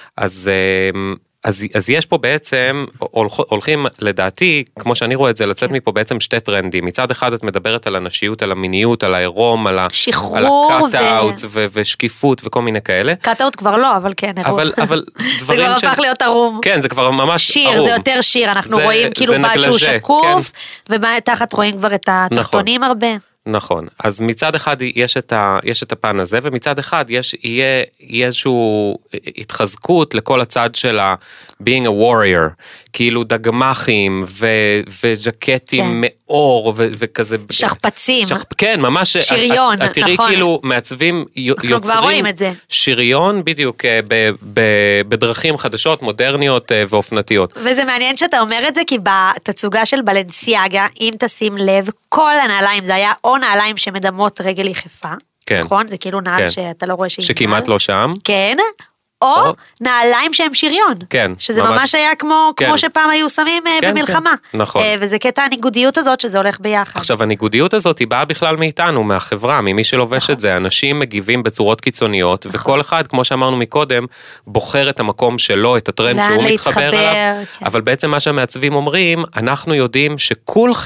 אז יש פה בעצם, הולכים לדעתי, כמו שאני רואה את זה, לצאת מפה בעצם שתי טרנדים. מצד אחד את מדברת על הנשיות, על המיניות, על העירום, על הקאט-אוט ושקיפות וכל מיני כאלה. קאט-אוט כבר לא, אבל כן. אבל זה כבר הפך להיות ערום. כן, זה כבר ממש שיר, ערום. זה יותר שיר, אנחנו רואים כאילו בת שהוא שקוף, ובתחת רואים כבר את התחתונים הרבה. נכון, אז מצד אחד יש את הפן הזה, ומצד אחד יהיה איזושהי התחזקות לכל הצד של being a warrior, כאילו דגמחים וז'קטים מאור וכזה. שכפצים. כן, ממש. שריון, נכון. תראי כאילו מעצבים יוצרים שריון בדיוק בדרכים חדשות, מודרניות ואופנתיות. וזה מעניין שאתה אומר את זה, כי בתצוגה של בלנסיאגה, אם תשים לב, כל הנעליים, זה היה או נעליים שמדמות רגל יחפה, נכון? זה כאילו נעל שאתה לא רואה שהיא נעל. שכמעט לא שם. כן. או נעליים שהם שריון, שזה ממש היה כמו שפעם היו שמים במלחמה, וזה קטע הניגודיות הזאת שזה הולך ביחד. עכשיו הניגודיות הזאת היא באה בכלל מאיתנו, מהחברה, ממי שלובש את זה, אנשים מגיבים בצורות קיצוניות, וכל אחד, כמו שאמרנו מקודם, בוחר את המקום שלו, את הטרנד שהוא מתחבר אליו, אבל בעצם מה שהמעצבים אומרים, אנחנו יודעים שכולכם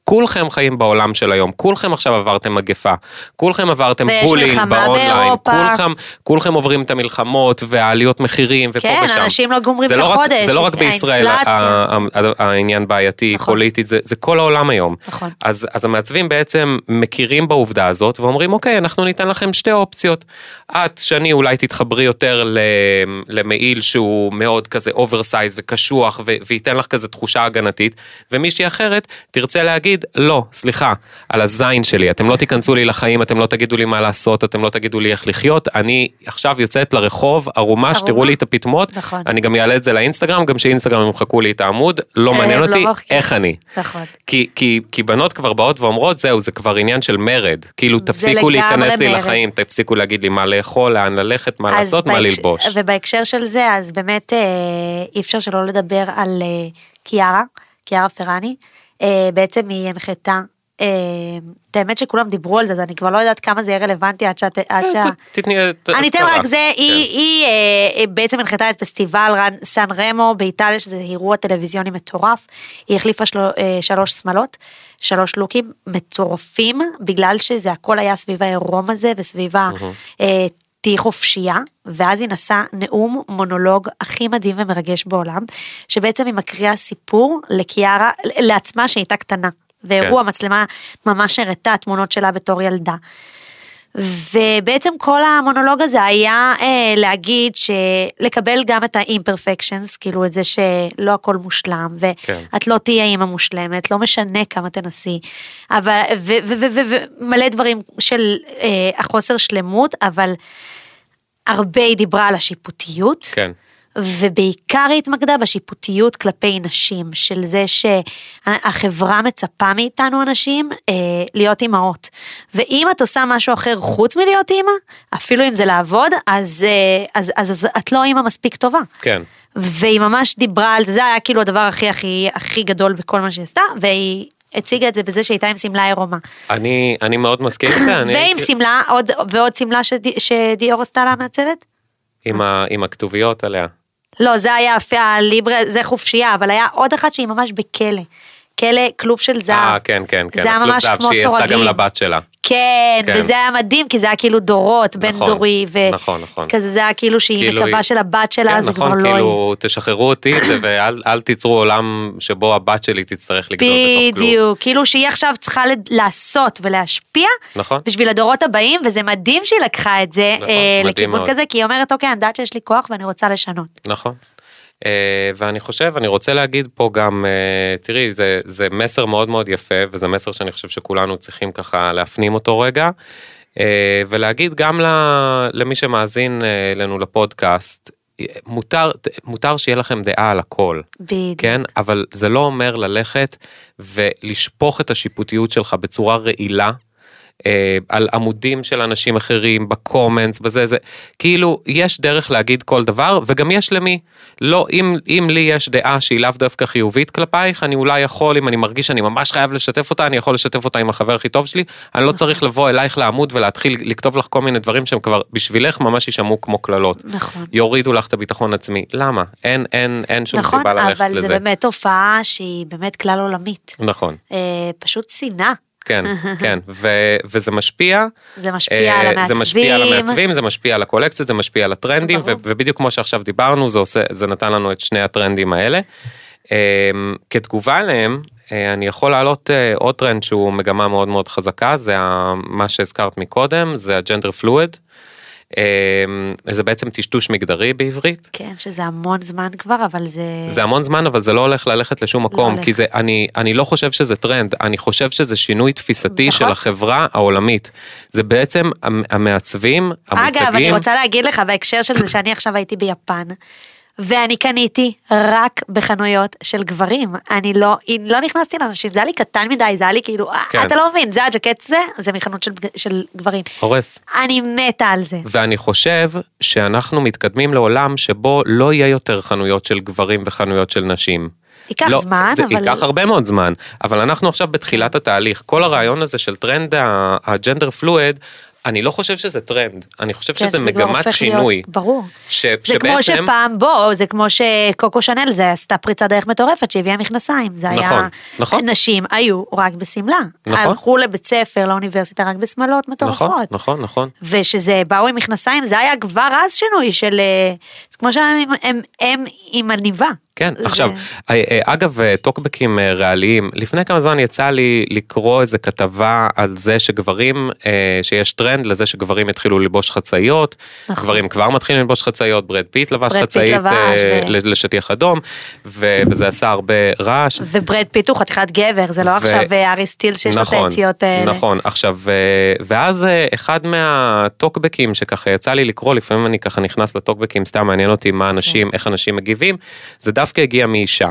כולכם חיים בעולם של היום, כולכם עכשיו עברתם מגפה, כולכם עברתם בולינג באונליין, כולכם עוברים את המלחמות והעליות מחירים ופה כן, ושם. אנשים לא גומרים בחודש. זה לא רק בישראל העניין בעייתי, נכון. פוליטית, זה כל העולם היום. נכון. אז המעצבים בעצם מכירים בעובדה הזאת, ואומרים, אוקיי, אנחנו ניתן לכם שתי אופציות. את, שני, אולי תתחברי יותר למעיל שהוא מאוד כזה אוברסייז וקשוח, וייתן לך כזה תחושה הגנתית, ומישהי אחרת תרצה להגיד, לא, סליחה, על הזין שלי, אתם לא תיכנסו לי לחיים, אתם לא תגידו לי מה לעשות, אתם לא תגידו לי איך לחיות, אני עכשיו יוצאת לרחוב, ערומה, שתראו לי את הפתמות, נכון. אני גם אעלה את זה לאינסטגרם, גם שאינסטגרם ימחקו לי את העמוד, לא מעניין אותי איך אני. נכון. כי בנות כבר באות ואומרות, זהו, זה כבר עניין של מרד, כאילו תפסיקו להיכנס לי לחיים, תפסיקו להגיד לי מה לאכול, לאן ללכת, מה לעשות, מה ללבוש. ובהקשר של זה, אז באמת אי אפשר שלא לדבר על קיארה פרני, בעצם היא הנחתה, את האמת שכולם דיברו על זה, אני כבר לא יודעת כמה זה יהיה רלוונטי עד אני אתן רק זה, היא בעצם הנחתה את פסטיבל סן רמו באיטליה, שזה אירוע טלוויזיוני מטורף, היא החליפה 3 שמלות, 3 לוקים מטורפים, בגלל שזה הכל היה סביב העירום הזה, וסביב תהי חופשייה, ואז היא נשאה נאום מונולוג הכי מדהים ומרגש בעולם, שבעצם היא מקריאה סיפור לקיארה, לעצמה שהייתה קטנה, ואירוע המצלמה ממש הראתה תמונות שלה בתור ילדה. ובעצם כל המונולוג הזה היה להגיד לקבל גם את ה-imperfections, כאילו את זה שלא הכל מושלם, ואת לא תהיה אימא מושלמת, לא משנה כמה תנסי, ומלא דברים של החוסר שלמות, אבל הרבה היא דיברה על השיפוטיות, כן. ובעיקר היא התמקדה בשיפוטיות כלפי נשים, של זה שהחברה מצפה מאיתנו אנשים להיות אימהות. ואם את עושה משהו אחר חוץ מלהיות אימא, אפילו אם זה לעבוד, אז את לא אימא מספיק טובה. כן. והיא ממש דיברה על זה, זה היה כאילו הדבר הכי גדול בכל מה שעשתה, והיא הציגה את זה בזה שהייתה עם סמלה עירומה. אני מאוד מסכים את זה. ועם סמלה, ועוד סמלה שדיור עשתה לה מהצוות? עם הכתוביות עליה. לא, זה היה הליברה, זה חופשייה, אבל היה עוד אחת שהיא ממש בכלא. כלא, כלוב של זהב. כן. זה היה ממש כמו סורגים. שהיא עשתה גם לבת שלה. כן, וזה היה מדהים, כי זה היה כאילו דורות, בין דורי, נכון. כזה זה היה כאילו שהיא מקווה של הבת שלה, זה כבר לא יהיה. נכון, כאילו, תשחררו אותי, ואל תיצרו עולם שבו הבת שלי תצטרך לגדול בתוך כלום. בדיוק, כאילו שהיא עכשיו צריכה לעשות ולהשפיע, בשביל הדורות הבאים, וזה מדהים שהיא לקחה את זה לכיוון כזה, כי היא אומרת, אוקיי, אני יודעת שיש לי כוח ואני רוצה לשנות. נכון. ואני חושב, אני רוצה להגיד פה גם, תראי, זה מסר מאוד מאוד יפה, וזה מסר שאני חושב שכולנו צריכים ככה להפנים אותו רגע, ולהגיד גם למי שמאזין לנו לפודקאסט, מותר שיהיה לכם דעה על הכל, כן? אבל זה לא אומר ללכת ולשפוך את השיפוטיות שלך בצורה רעילה, על עמודים של אנשים אחרים, בקומנטס, בזה, זה, כאילו, יש דרך להגיד כל דבר, וגם יש למי, לא, אם לי יש דעה שהיא לאו דווקא חיובית כלפייך, אני אולי יכול, אם אני מרגיש שאני ממש חייב לשתף אותה, אני יכול לשתף אותה עם החבר הכי טוב שלי, אני לא צריך לבוא אלייך לעמוד ולהתחיל לכתוב לך כל מיני דברים שהם כבר בשבילך ממש יישמעו כמו כללות. נכון. יורידו לך את הביטחון עצמי. למה? אין שום סיבה ללכת לזה. נכון, אבל זה באמת תופעה שהיא באמת כלל עולמית. נכון. פשוט שנאה. כן, וזה משפיע. זה משפיע על המעצבים. זה משפיע על המעצבים, זה משפיע על הקולקציות, זה משפיע על הטרנדים, ובדיוק כמו שעכשיו דיברנו, זה נתן לנו את שני הטרנדים האלה. כתגובה עליהם, אני יכול להעלות עוד טרנד שהוא מגמה מאוד מאוד חזקה, זה מה שהזכרת מקודם, זה הג'נדר פלואיד. זה בעצם טשטוש מגדרי בעברית. כן, שזה המון זמן כבר, אבל זה... זה המון זמן, אבל זה לא הולך ללכת לשום מקום, כי זה, אני לא חושב שזה טרנד, אני חושב שזה שינוי תפיסתי של החברה העולמית. זה בעצם המעצבים, המותגים... אגב, אני רוצה להגיד לך בהקשר של זה שאני עכשיו הייתי ביפן, ואני קניתי רק בחנויות של גברים, אני לא נכנסתי לאנשים, זה היה לי קטן מדי, זה היה לי כאילו, אתה לא מבין, זה הג'קט זה מחנות של גברים. הורס. אני מתה על זה. ואני חושב שאנחנו מתקדמים לעולם שבו לא יהיה יותר חנויות של גברים וחנויות של נשים. ייקח זמן, אבל... ייקח הרבה מאוד זמן, אבל אנחנו עכשיו בתחילת התהליך, כל הרעיון הזה של טרנד הג'נדר פלואיד, אני לא חושב שזה טרנד, אני חושב כן, שזה שזה כבר מגמת הופך שינוי. להיות, ברור. זה שבעצם, כמו שפעם זה כמו שקוקו שנל, זה עשתה פריצה דרך מטורפת, שהביאה מכנסיים, זה היה, נכון. נשים היו רק בסמלה, נכון. הלכו לבית ספר, לאוניברסיטה, רק בשמלות מטורפות. נכון. ושזה באו עם מכנסיים, זה היה כבר אז שינוי של, זה כמו שהם עם עניבה. כן, עכשיו, אגב, טוקבקים ריאליים, לפני כמה זמן יצא לי לקרוא איזה כתבה על זה שגברים, שיש טרנד לזה שגברים התחילו ללבוש חצאיות, גברים כבר מתחילים ללבוש חצאיות, ברד פיט לבש חצאית לשטיח אדום, וזה עשה הרבה רעש. וברד פיט הוא חתיכת גבר, זה לא עכשיו ארי סטיל שיש לו את היציאות האלה. נכון, עכשיו, ואז אחד מהטוקבקים שככה יצא לי לקרוא, לפעמים אני ככה נכנס לטוקבקים, סתם מעניין אותי מה אנשים, איך אנשים מגיבים, זה דווקא הגיע מאישה,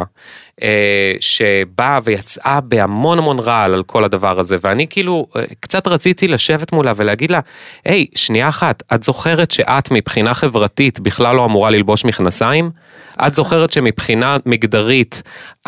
שבאה ויצאה בהמון רעל על כל הדבר הזה, ואני כאילו קצת רציתי לשבת מולה ולהגיד לה, היי, שנייה אחת, את זוכרת שאת מבחינה חברתית בכלל לא אמורה ללבוש מכנסיים? את זוכרת שמבחינה מגדרית,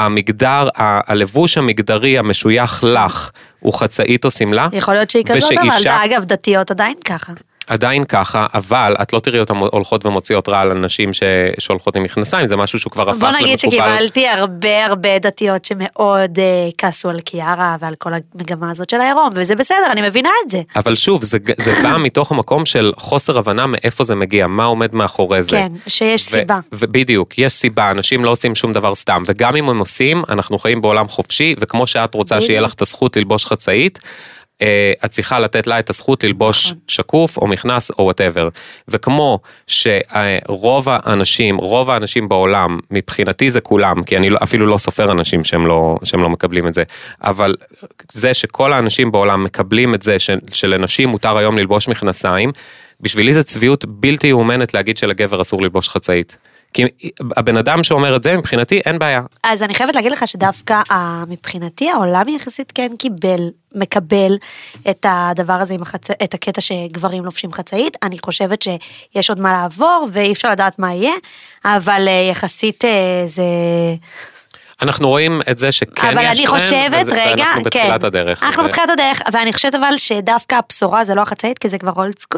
הלבוש המגדרי המשוייך לך, הוא חצאית או סמלה? יכול להיות שהיא כזאת, אבל אגב, דתיות עדיין ככה. עדיין ככה, אבל את לא תראי אותם הולכות ומוציאות רע על אנשים שהולכות עם מכנסיים, זה משהו שהוא כבר הפך למקובל. בוא נגיד שקיבלתי הרבה דתיות שמאוד כעסו על קיארה ועל כל המגמה הזאת של העירום, וזה בסדר, אני מבינה את זה. אבל שוב, זה בא מתוך המקום של חוסר הבנה מאיפה זה מגיע, מה עומד מאחורי זה. כן, שיש סיבה. ובדיוק, יש סיבה, אנשים לא עושים שום דבר סתם, וגם אם הם עושים, אנחנו חיים בעולם חופשי, וכמו שאת רוצה שיהיה לך את הזכות ללבוש חצאית, את צריכה לתת לה את הזכות ללבוש שקוף או מכנס או whatever. וכמו שרוב האנשים בעולם, מבחינתי זה כולם, כי אני אפילו לא סופר אנשים שהם לא מקבלים את זה, אבל זה שכל האנשים בעולם מקבלים את זה שלנשים מותר היום ללבוש מכנסיים, בשבילי זה צביעות בלתי יאומנת להגיד שלגבר אסור ללבוש חצאית. כי הבן אדם שאומר את זה, מבחינתי אין בעיה. אז אני חייבת להגיד לך שדווקא מבחינתי העולם יחסית כן מקבל את הדבר הזה, את הקטע שגברים לובשים חצאית. אני חושבת שיש עוד מה לעבור, ואי אפשר לדעת מה יהיה, אבל יחסית זה... אנחנו רואים את זה שכן אבל יש אני חושבת, רגע, ואנחנו בתחילת הדרך. אנחנו בתחילת הדרך, ואני חושבת אבל שדווקא הבשורה זה לא החצאית, כי זה כבר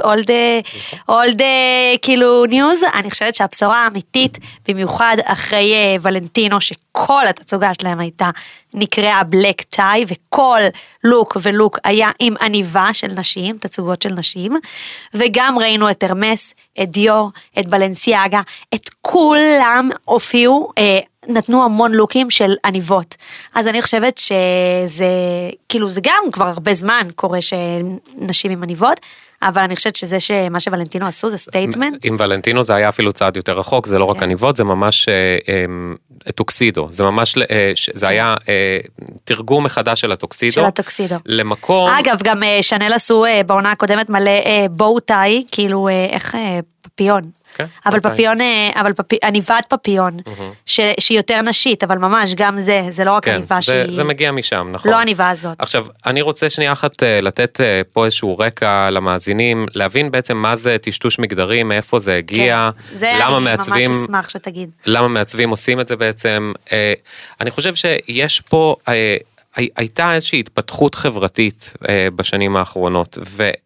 אולד כאילו ניוז, אני חושבת שהבשורה האמיתית, במיוחד אחרי ולנטינו, שכל התצוגה שלהם הייתה נקראה בלק טאי, וכל לוק ולוק היה עם עניבה של נשים, תצוגות של נשים, וגם ראינו את הרמס, את דיור, את בלנסיאגה, את כולם הופיעו, נתנו המון לוקים של עניבות. אז אני חושבת שזה, כאילו זה גם כבר הרבה זמן קורה שנשים עם עניבות, אבל אני חושבת שזה שמה שוולנטינו עשו זה סטייטמנט. עם ולנטינו זה היה אפילו צעד יותר רחוק, זה לא רק עניבות, זה ממש טוקסידו, זה ממש, זה היה תרגום מחדש של הטוקסידו. של הטוקסידו. למקום... אגב, גם שנל עשו בעונה הקודמת מלא בואו-טאי, כאילו איך פפיון. אבל פפיון, עניבת פפיון, שהיא יותר נשית, אבל ממש גם זה לא רק עניבה שהיא... זה מגיע משם, נכון. לא עניבה הזאת. עכשיו, אני רוצה שנייה אחת לתת פה איזשהו רקע למאזינים, להבין בעצם מה זה טשטוש מגדרי, מאיפה זה הגיע, למה מעצבים... ממש אשמח שתגיד. למה מעצבים עושים את זה בעצם. אני חושב שיש פה, הייתה איזושהי התפתחות חברתית בשנים האחרונות,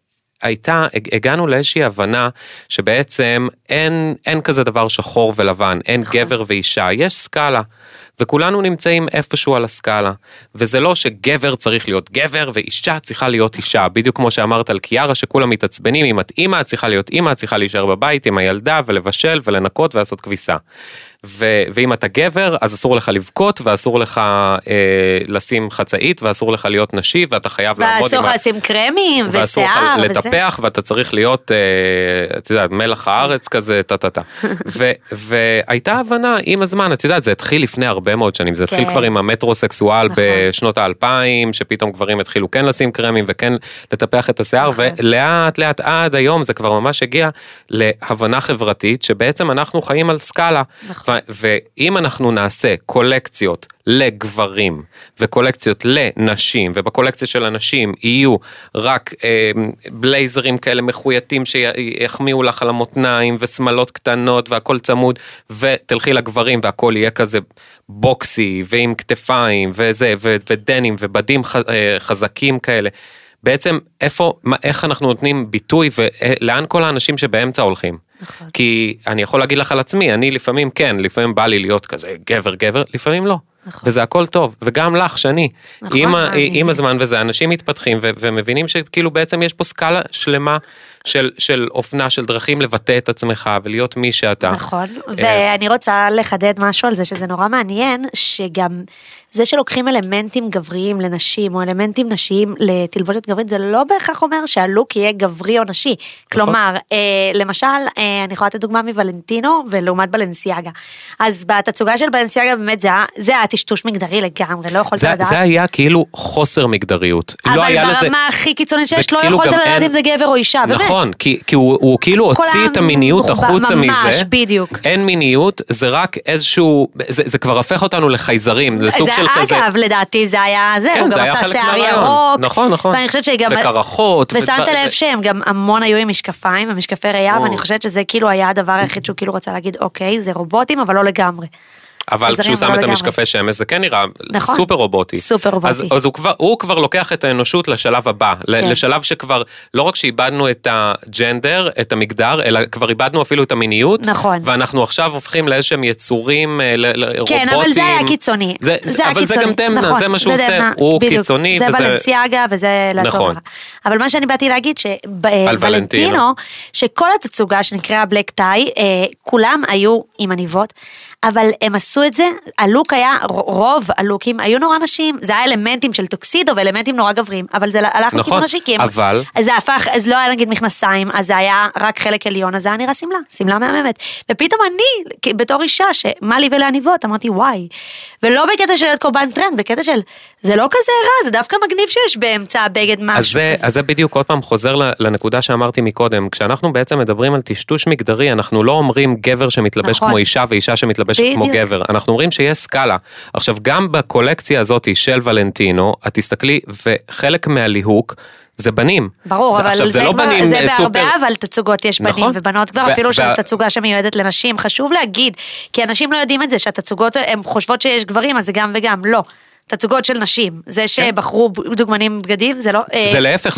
הגענו לאיזושהי הבנה שבעצם אין כזה דבר שחור ולבן, אין גבר ואישה, יש סקאלה, וכולנו נמצאים איפשהו על הסקאלה, וזה לא שגבר צריך להיות גבר ואישה צריכה להיות אישה, בדיוק כמו שאמרת על קיארה שכולם מתעצבנים, אם את אימא צריכה להיות אימא, צריכה להישאר בבית עם הילדה ולבשל ולנקות ולעשות כביסה. ואם אתה גבר, אז אסור לך לבכות, ואסור לך לשים חצאית, ואסור לך להיות נשי, ואתה חייב לעבוד ואסור לך לשים קרמים, ושיער, ואסור לך לטפח, ואתה צריך להיות, אתה יודע, מלח הארץ כזה, טה-טה-טה. והייתה הבנה עם הזמן, אתה יודע, זה התחיל לפני הרבה מאוד שנים, זה התחיל כבר עם המטרוסקסואל בשנות ה-2000, שפתאום גברים התחילו כן לשים קרמים, וכן לטפח את השיער, ולאט לאט עד היום, זה כבר ממש הגיע להבנה חברתית, שבעצם אנחנו חיים על סקאלה. ואם אנחנו נעשה קולקציות לגברים וקולקציות לנשים, ובקולקציה של הנשים יהיו רק בלייזרים כאלה מחויטים שיחמיאו לך על המותניים וסמלות קטנות והכל צמוד, ותלכי לגברים והכל יהיה כזה בוקסי ועם כתפיים וזה ודנים ובדים חזקים כאלה, בעצם איך אנחנו נותנים ביטוי, ולאן כל האנשים שבאמצע הולכים. נכון. כי אני יכול להגיד לך על עצמי, אני לפעמים כן, לפעמים בא לי להיות כזה גבר, לפעמים לא. נכון. וזה הכל טוב, וגם לך, שני. נכון, עם הזמן וזה, אנשים מתפתחים ומבינים שכאילו בעצם יש פה סקאלה שלמה של אופנה, של דרכים לבטא את עצמך ולהיות מי שאתה. נכון, ואני רוצה לחדד משהו על זה, שזה נורא מעניין, שגם זה שלוקחים אלמנטים גבריים לנשים, או אלמנטים נשיים לתלבושת גברית, זה לא בהכרח אומר שהלוק יהיה גברי או נשי. כלומר, למשל, אני יכולה לתת דוגמה מוולנטינו, ולעומת בלנסיאגה. אז בתצוגה של בלנסיאגה באמת זה היה טשטוש מגדרי לגמרי, לא יכולת לדעת. זה היה כאילו חוסר מגדריות. אבל ברמה הכי קיצונית שיש, לא יכולת לדעת אם זה גבר או אישה, באמת. נכון, כי הוא כאילו הוציא את המיניות החוצה מזה. ממש, בדיוק. אין מיניות, זה רק איזשהו, זה כבר הפך אותנו לחייזרים, לסוג של כזה. אגב, לדעתי זה היה זה, הוא גם עשה שיער ירוק. נכון. ואני חושבת שגם... וקרחות. ושמת לב שהם גם המון היו עם משקפיים, ומשקפי ראייה, ואני חושבת שזה כאילו היה הדבר היחיד שהוא כאילו רוצה להגיד, אוקיי, זה רובוטים, אבל לא לגמרי. אבל כשהוא שם את המשקפי שמש, זה כן נראה סופר רובוטי. סופר רובוטי. אז הוא כבר לוקח את האנושות לשלב הבא, לשלב שכבר, לא רק שאיבדנו את הג'נדר, את המגדר, אלא כבר איבדנו אפילו את המיניות, נכון. ואנחנו עכשיו הופכים לאיזשהם יצורים רובוטיים. כן, אבל זה היה קיצוני. אבל זה גם דמנה, זה מה שהוא עושה, הוא קיצוני. זה בלנסיאגה וזה לטוב. אבל מה שאני באתי להגיד, שבוולנטינו, שכל התצוגה שנקראה בלק טאי, כולם היו עם עניבות, אבל הם עשו את זה, הלוק היה, רוב הלוקים היו נורא נשים, זה היה אלמנטים של טוקסידו ואלמנטים נורא גבריים, אבל זה הלך לכיוון נשי, כי אז זה הפך, אז לא היה נגיד מכנסיים, אז זה היה רק חלק עליון, אז זה היה נראה סמלה מהממת, ופתאום אני, בתור אישה, שמה לי ולעניבות, אמרתי וואי, ולא בקטע של להיות קורבן טרנד, בקטע של, זה לא כזה רע, זה דווקא מגניב שיש באמצע הבגד משהו. אז זה בדיוק עוד פעם חוזר לנקודה שאמרתי מקודם, כשאנחנו בעצם מדברים על טשטוש מגדרי, אנחנו לא אומרים גבר שמתלבש כמו אישה ואישה שמתלבש כמו גבר. אנחנו אומרים שיש סקאלה. עכשיו, גם בקולקציה הזאת של ולנטינו, את תסתכלי, וחלק מהליהוק, זה בנים. ברור, אבל זה לא בנים זה סופר... בהרבה, אבל תצוגות יש בנים ובנות כבר, אפילו של תצוגה שמיועדת לנשים. חשוב להגיד, כי אנשים לא יודעים את זה, שהתצוגות, הם חושבות שיש גברים, אז זה גם וגם, לא. תצוגות של נשים, זה שבחרו דוגמנים בגדים, זה לא... זה להפך,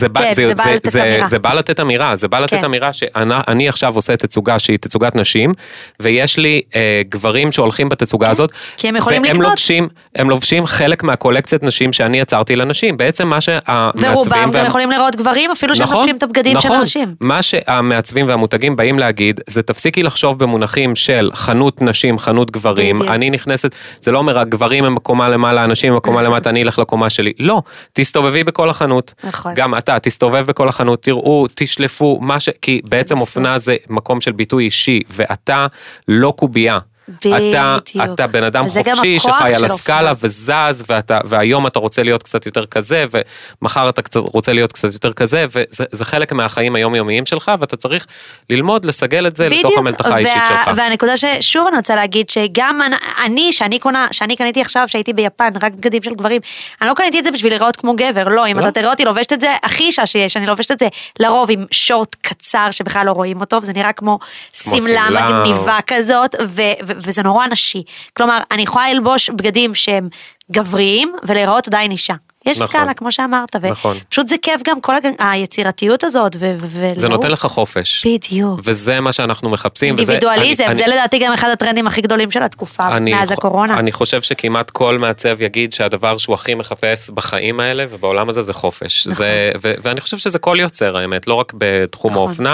זה בא לתת אמירה, זה בא לתת אמירה שאני עכשיו עושה תצוגה שהיא תצוגת נשים, ויש לי גברים שהולכים בתצוגה הזאת, כי הם יכולים לקנות. הם לובשים חלק מהקולקציית נשים שאני יצרתי לנשים, בעצם מה שהמעצבים... ורובם גם יכולים לראות גברים, אפילו שהם לובשים את הבגדים של אנשים. מה שהמעצבים והמותגים באים להגיד, זה תפסיקי לחשוב במונחים של חנות נשים, חנות גברים, אני נכנסת, זה לא אומר, הגברים הם בקומה למעלה, אנשים בקומה למטה, אני אלך לקומה שלי. לא, תסתובבי בכל החנות. נכון. גם אתה, תסתובב בכל החנות, תראו, תשלפו, כי בעצם אופנה זה מקום של ביטוי אישי, ואתה לא קובייה. אתה בן אדם חופשי שחי על הסקאלה וזז, והיום אתה רוצה להיות קצת יותר כזה, ומחר אתה רוצה להיות קצת יותר כזה, וזה חלק מהחיים היומיומיים שלך, ואתה צריך ללמוד, לסגל את זה לתוך המלתחה האישית שלך. והנקודה ששוב אני רוצה להגיד, שגם שאני קניתי עכשיו, שהייתי ביפן, רק בגדים של גברים, אני לא קניתי את זה בשביל לראות כמו גבר, לא, אם אתה תראה אותי לובשת את זה, הכי אישה שיש, אני לובשת את זה לרוב עם שורט קצר, שבכלל לא רואים אותו, וזה נראה כמו סמלה מגניבה כזאת, וזה נורא נשי. כלומר, אני יכולה ללבוש בגדים שהם גבריים, ולראות עדיין אישה. יש סקאלה, כמו שאמרת, ופשוט זה כיף גם כל היצירתיות הזאת, זה נותן לך חופש. בדיוק. וזה מה שאנחנו מחפשים. אינדיבידואליזם, זה לדעתי גם אחד הטרנדים הכי גדולים של התקופה, מאז הקורונה. אני חושב שכמעט כל מעצב יגיד שהדבר שהוא הכי מחפש בחיים האלה, ובעולם הזה זה חופש. ואני חושב שזה כל יוצר, האמת, לא רק בתחום האופנה,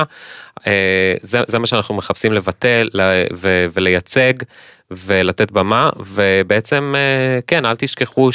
זה מה שאנחנו מחפשים לבטל ולייצג, ולתת במה, ובעצם, כן, אל תשכחו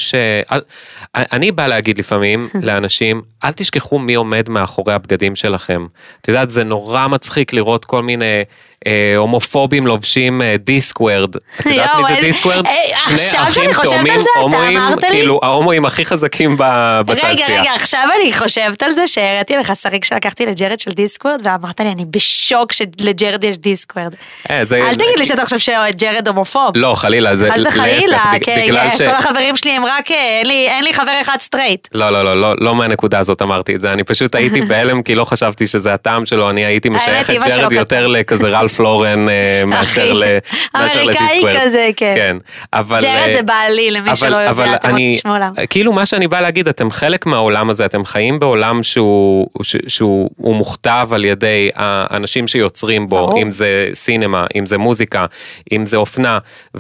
אני בא להגיד לפעמים לאנשים, אל תשכחו מי עומד מאחורי הבגדים שלכם. את יודעת, זה נורא מצחיק לראות כל מיני הומופובים לובשים דיסקוורד. את יודעת מי זה דיסקוורד? שני אחים תאומים הומואים, כאילו ההומואים הכי חזקים בתעשייה. רגע, עכשיו אני חושבת על זה, שהראיתי לך שריג שלקחתי לג'רד של דיסקוורד, ואמרת לי, אני בשוק שלג'רד יש דיסקוורד. אל תגיד לי שאתה חושב שג'רד הומופוב. לא, חלילה. חס וחלילה, כל החברים שלי הם רק, אין לי חבר אחד סטרייט. לא מהנקודה הזאת אמרתי את זה, אני פשוט הייתי בהלם, כי לא חשבתי שזה הטעם שלו, אני הייתי משייך את ג'רד יותר לכזה רלף לרלף לורן מאשר אמריקאי כזה, כן. ג'רד זה בעלי, למי שלא יודע, אתם עוד תשמעו עליו. כאילו מה שאני בא להגיד, אתם חלק מהעולם הזה, אתם חיים בעולם שהוא מוכתב על ידי האנשים שיוצרים בו, אם זה סינמה, אם זה מוזיקה, אם זה אופנה,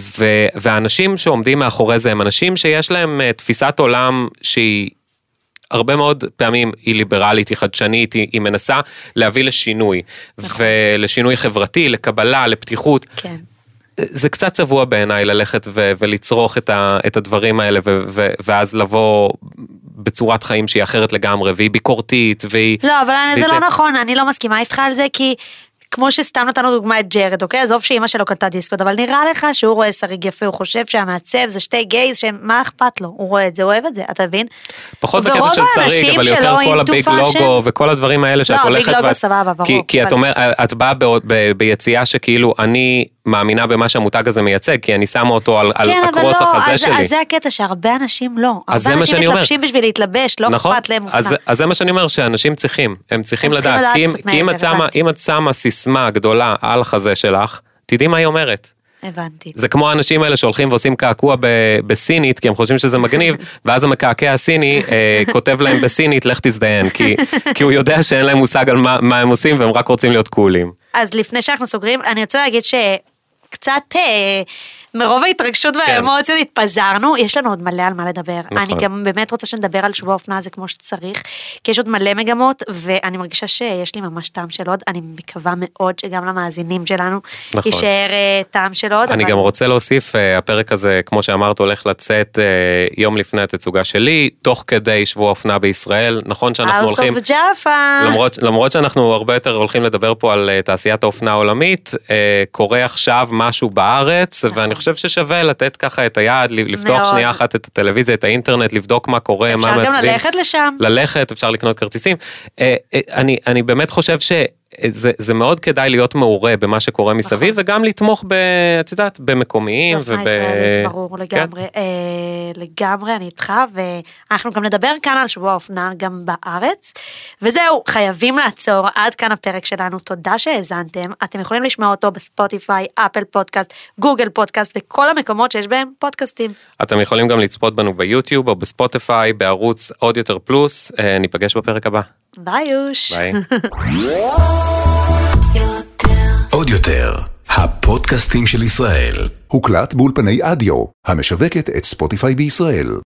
והאנשים שעומדים מאחורי זה, הם אנשים שיש להם תפיסת עולם שהיא הרבה מאוד פעמים היא ליברלית, היא חדשנית, היא מנסה להביא לשינוי, ולשינוי חברתי, לקבלה, לפתיחות. כן. זה קצת צבוע בעיניי ללכת ולצרוך את הדברים האלה, ואז לבוא בצורת חיים שהיא אחרת לגמרי, והיא ביקורתית, לא, אבל זה לא נכון, אני לא מסכימה איתך על זה, כי כמו שסתם נתנו דוגמה את ג'רד, אוקיי? עזוב שאמא שלו קנתה דיסקות, אבל נראה לך שהוא רואה שריג יפה, הוא חושב שהמעצב זה שתי גייז, מה אכפת לו? הוא רואה את זה, הוא אוהב את זה, אתה מבין? פחות בקטע של שריג, אבל יותר כל הביג לוגו, וכל הדברים האלה שאת הולכת... לא, ביג לוגו סבבה, ברור. כי את באה ביציאה שכאילו אני מאמינה במה שהמותג הזה מייצג, כי אני שמה אותו על הקרוס החזה שלי. אז זה הקטע שהרבה אנשים לא. הרבה אנשים מתלבשים בשביל להתלבש, לא אכפת להם מופנה. אז זה מה שאני אומר, שאנשים הם צריכים לדעת, כי אם את שמה סיסמה גדולה על החזה שלך, תדעי מה היא אומרת. הבנתי. זה כמו האנשים האלה שהולכים ועושים קעקוע בסינית, כי הם חושבים שזה מגניב, ואז המקעקע הסיני כותב להם בסינית, לך תזדיין, כי הוא יודע שאין להם מושג על מה הם עושים, והם רק רוצים להיות קולים. אז לפני שאנחנו סוגרים, אני רוצה להגיד שקצת מרוב ההתרגשות והאמוציות התפזרנו, יש לנו עוד מלא על מה לדבר. אני גם באמת רוצה שנדבר על שבוע האופנה הזה כמו שצריך, כי יש עוד מלא מגמות, ואני מרגישה שיש לי ממש טעם של עוד, אני מקווה מאוד שגם למאזינים שלנו יישאר טעם של עוד. אני גם רוצה להוסיף, הפרק הזה, כמו שאמרת, הולך לצאת יום לפני התצוגה שלי, תוך כדי שבוע האופנה בישראל, נכון שאנחנו הולכים... למרות שאנחנו הרבה יותר הולכים לדבר פה על תעשיית האופנה העולמית, קורה עכשיו משהו בארץ, ואני חושב ששווה לתת ככה את היד, לפתוח שנייה אחת את הטלוויזיה, את האינטרנט, לבדוק מה קורה, מה מעצבים. אפשר גם ללכת לשם. ללכת, אפשר לקנות כרטיסים. אני באמת חושב זה מאוד כדאי להיות מעורה במה שקורה מסביב, וגם לתמוך את יודעת, במקומיים. אופנה ישראלית, ברור, לגמרי, אני איתך, ואנחנו גם נדבר כאן על שבוע האופנה גם בארץ, וזהו, חייבים לעצור, עד כאן הפרק שלנו, תודה שהאזנתם, אתם יכולים לשמוע אותו בספוטיפיי, אפל פודקאסט, גוגל פודקאסט, וכל המקומות שיש בהם פודקאסטים. אתם יכולים גם לצפות בנו ביוטיוב, או בספוטיפיי, בערוץ עוד יותר פלוס, ניפגש בפרק הבא. ביי יוש. ביי. עוד יותר, הפודקאסטים של ישראל. הוקלט באולפני אדיו, המשווקת את ספוטיפיי בישראל.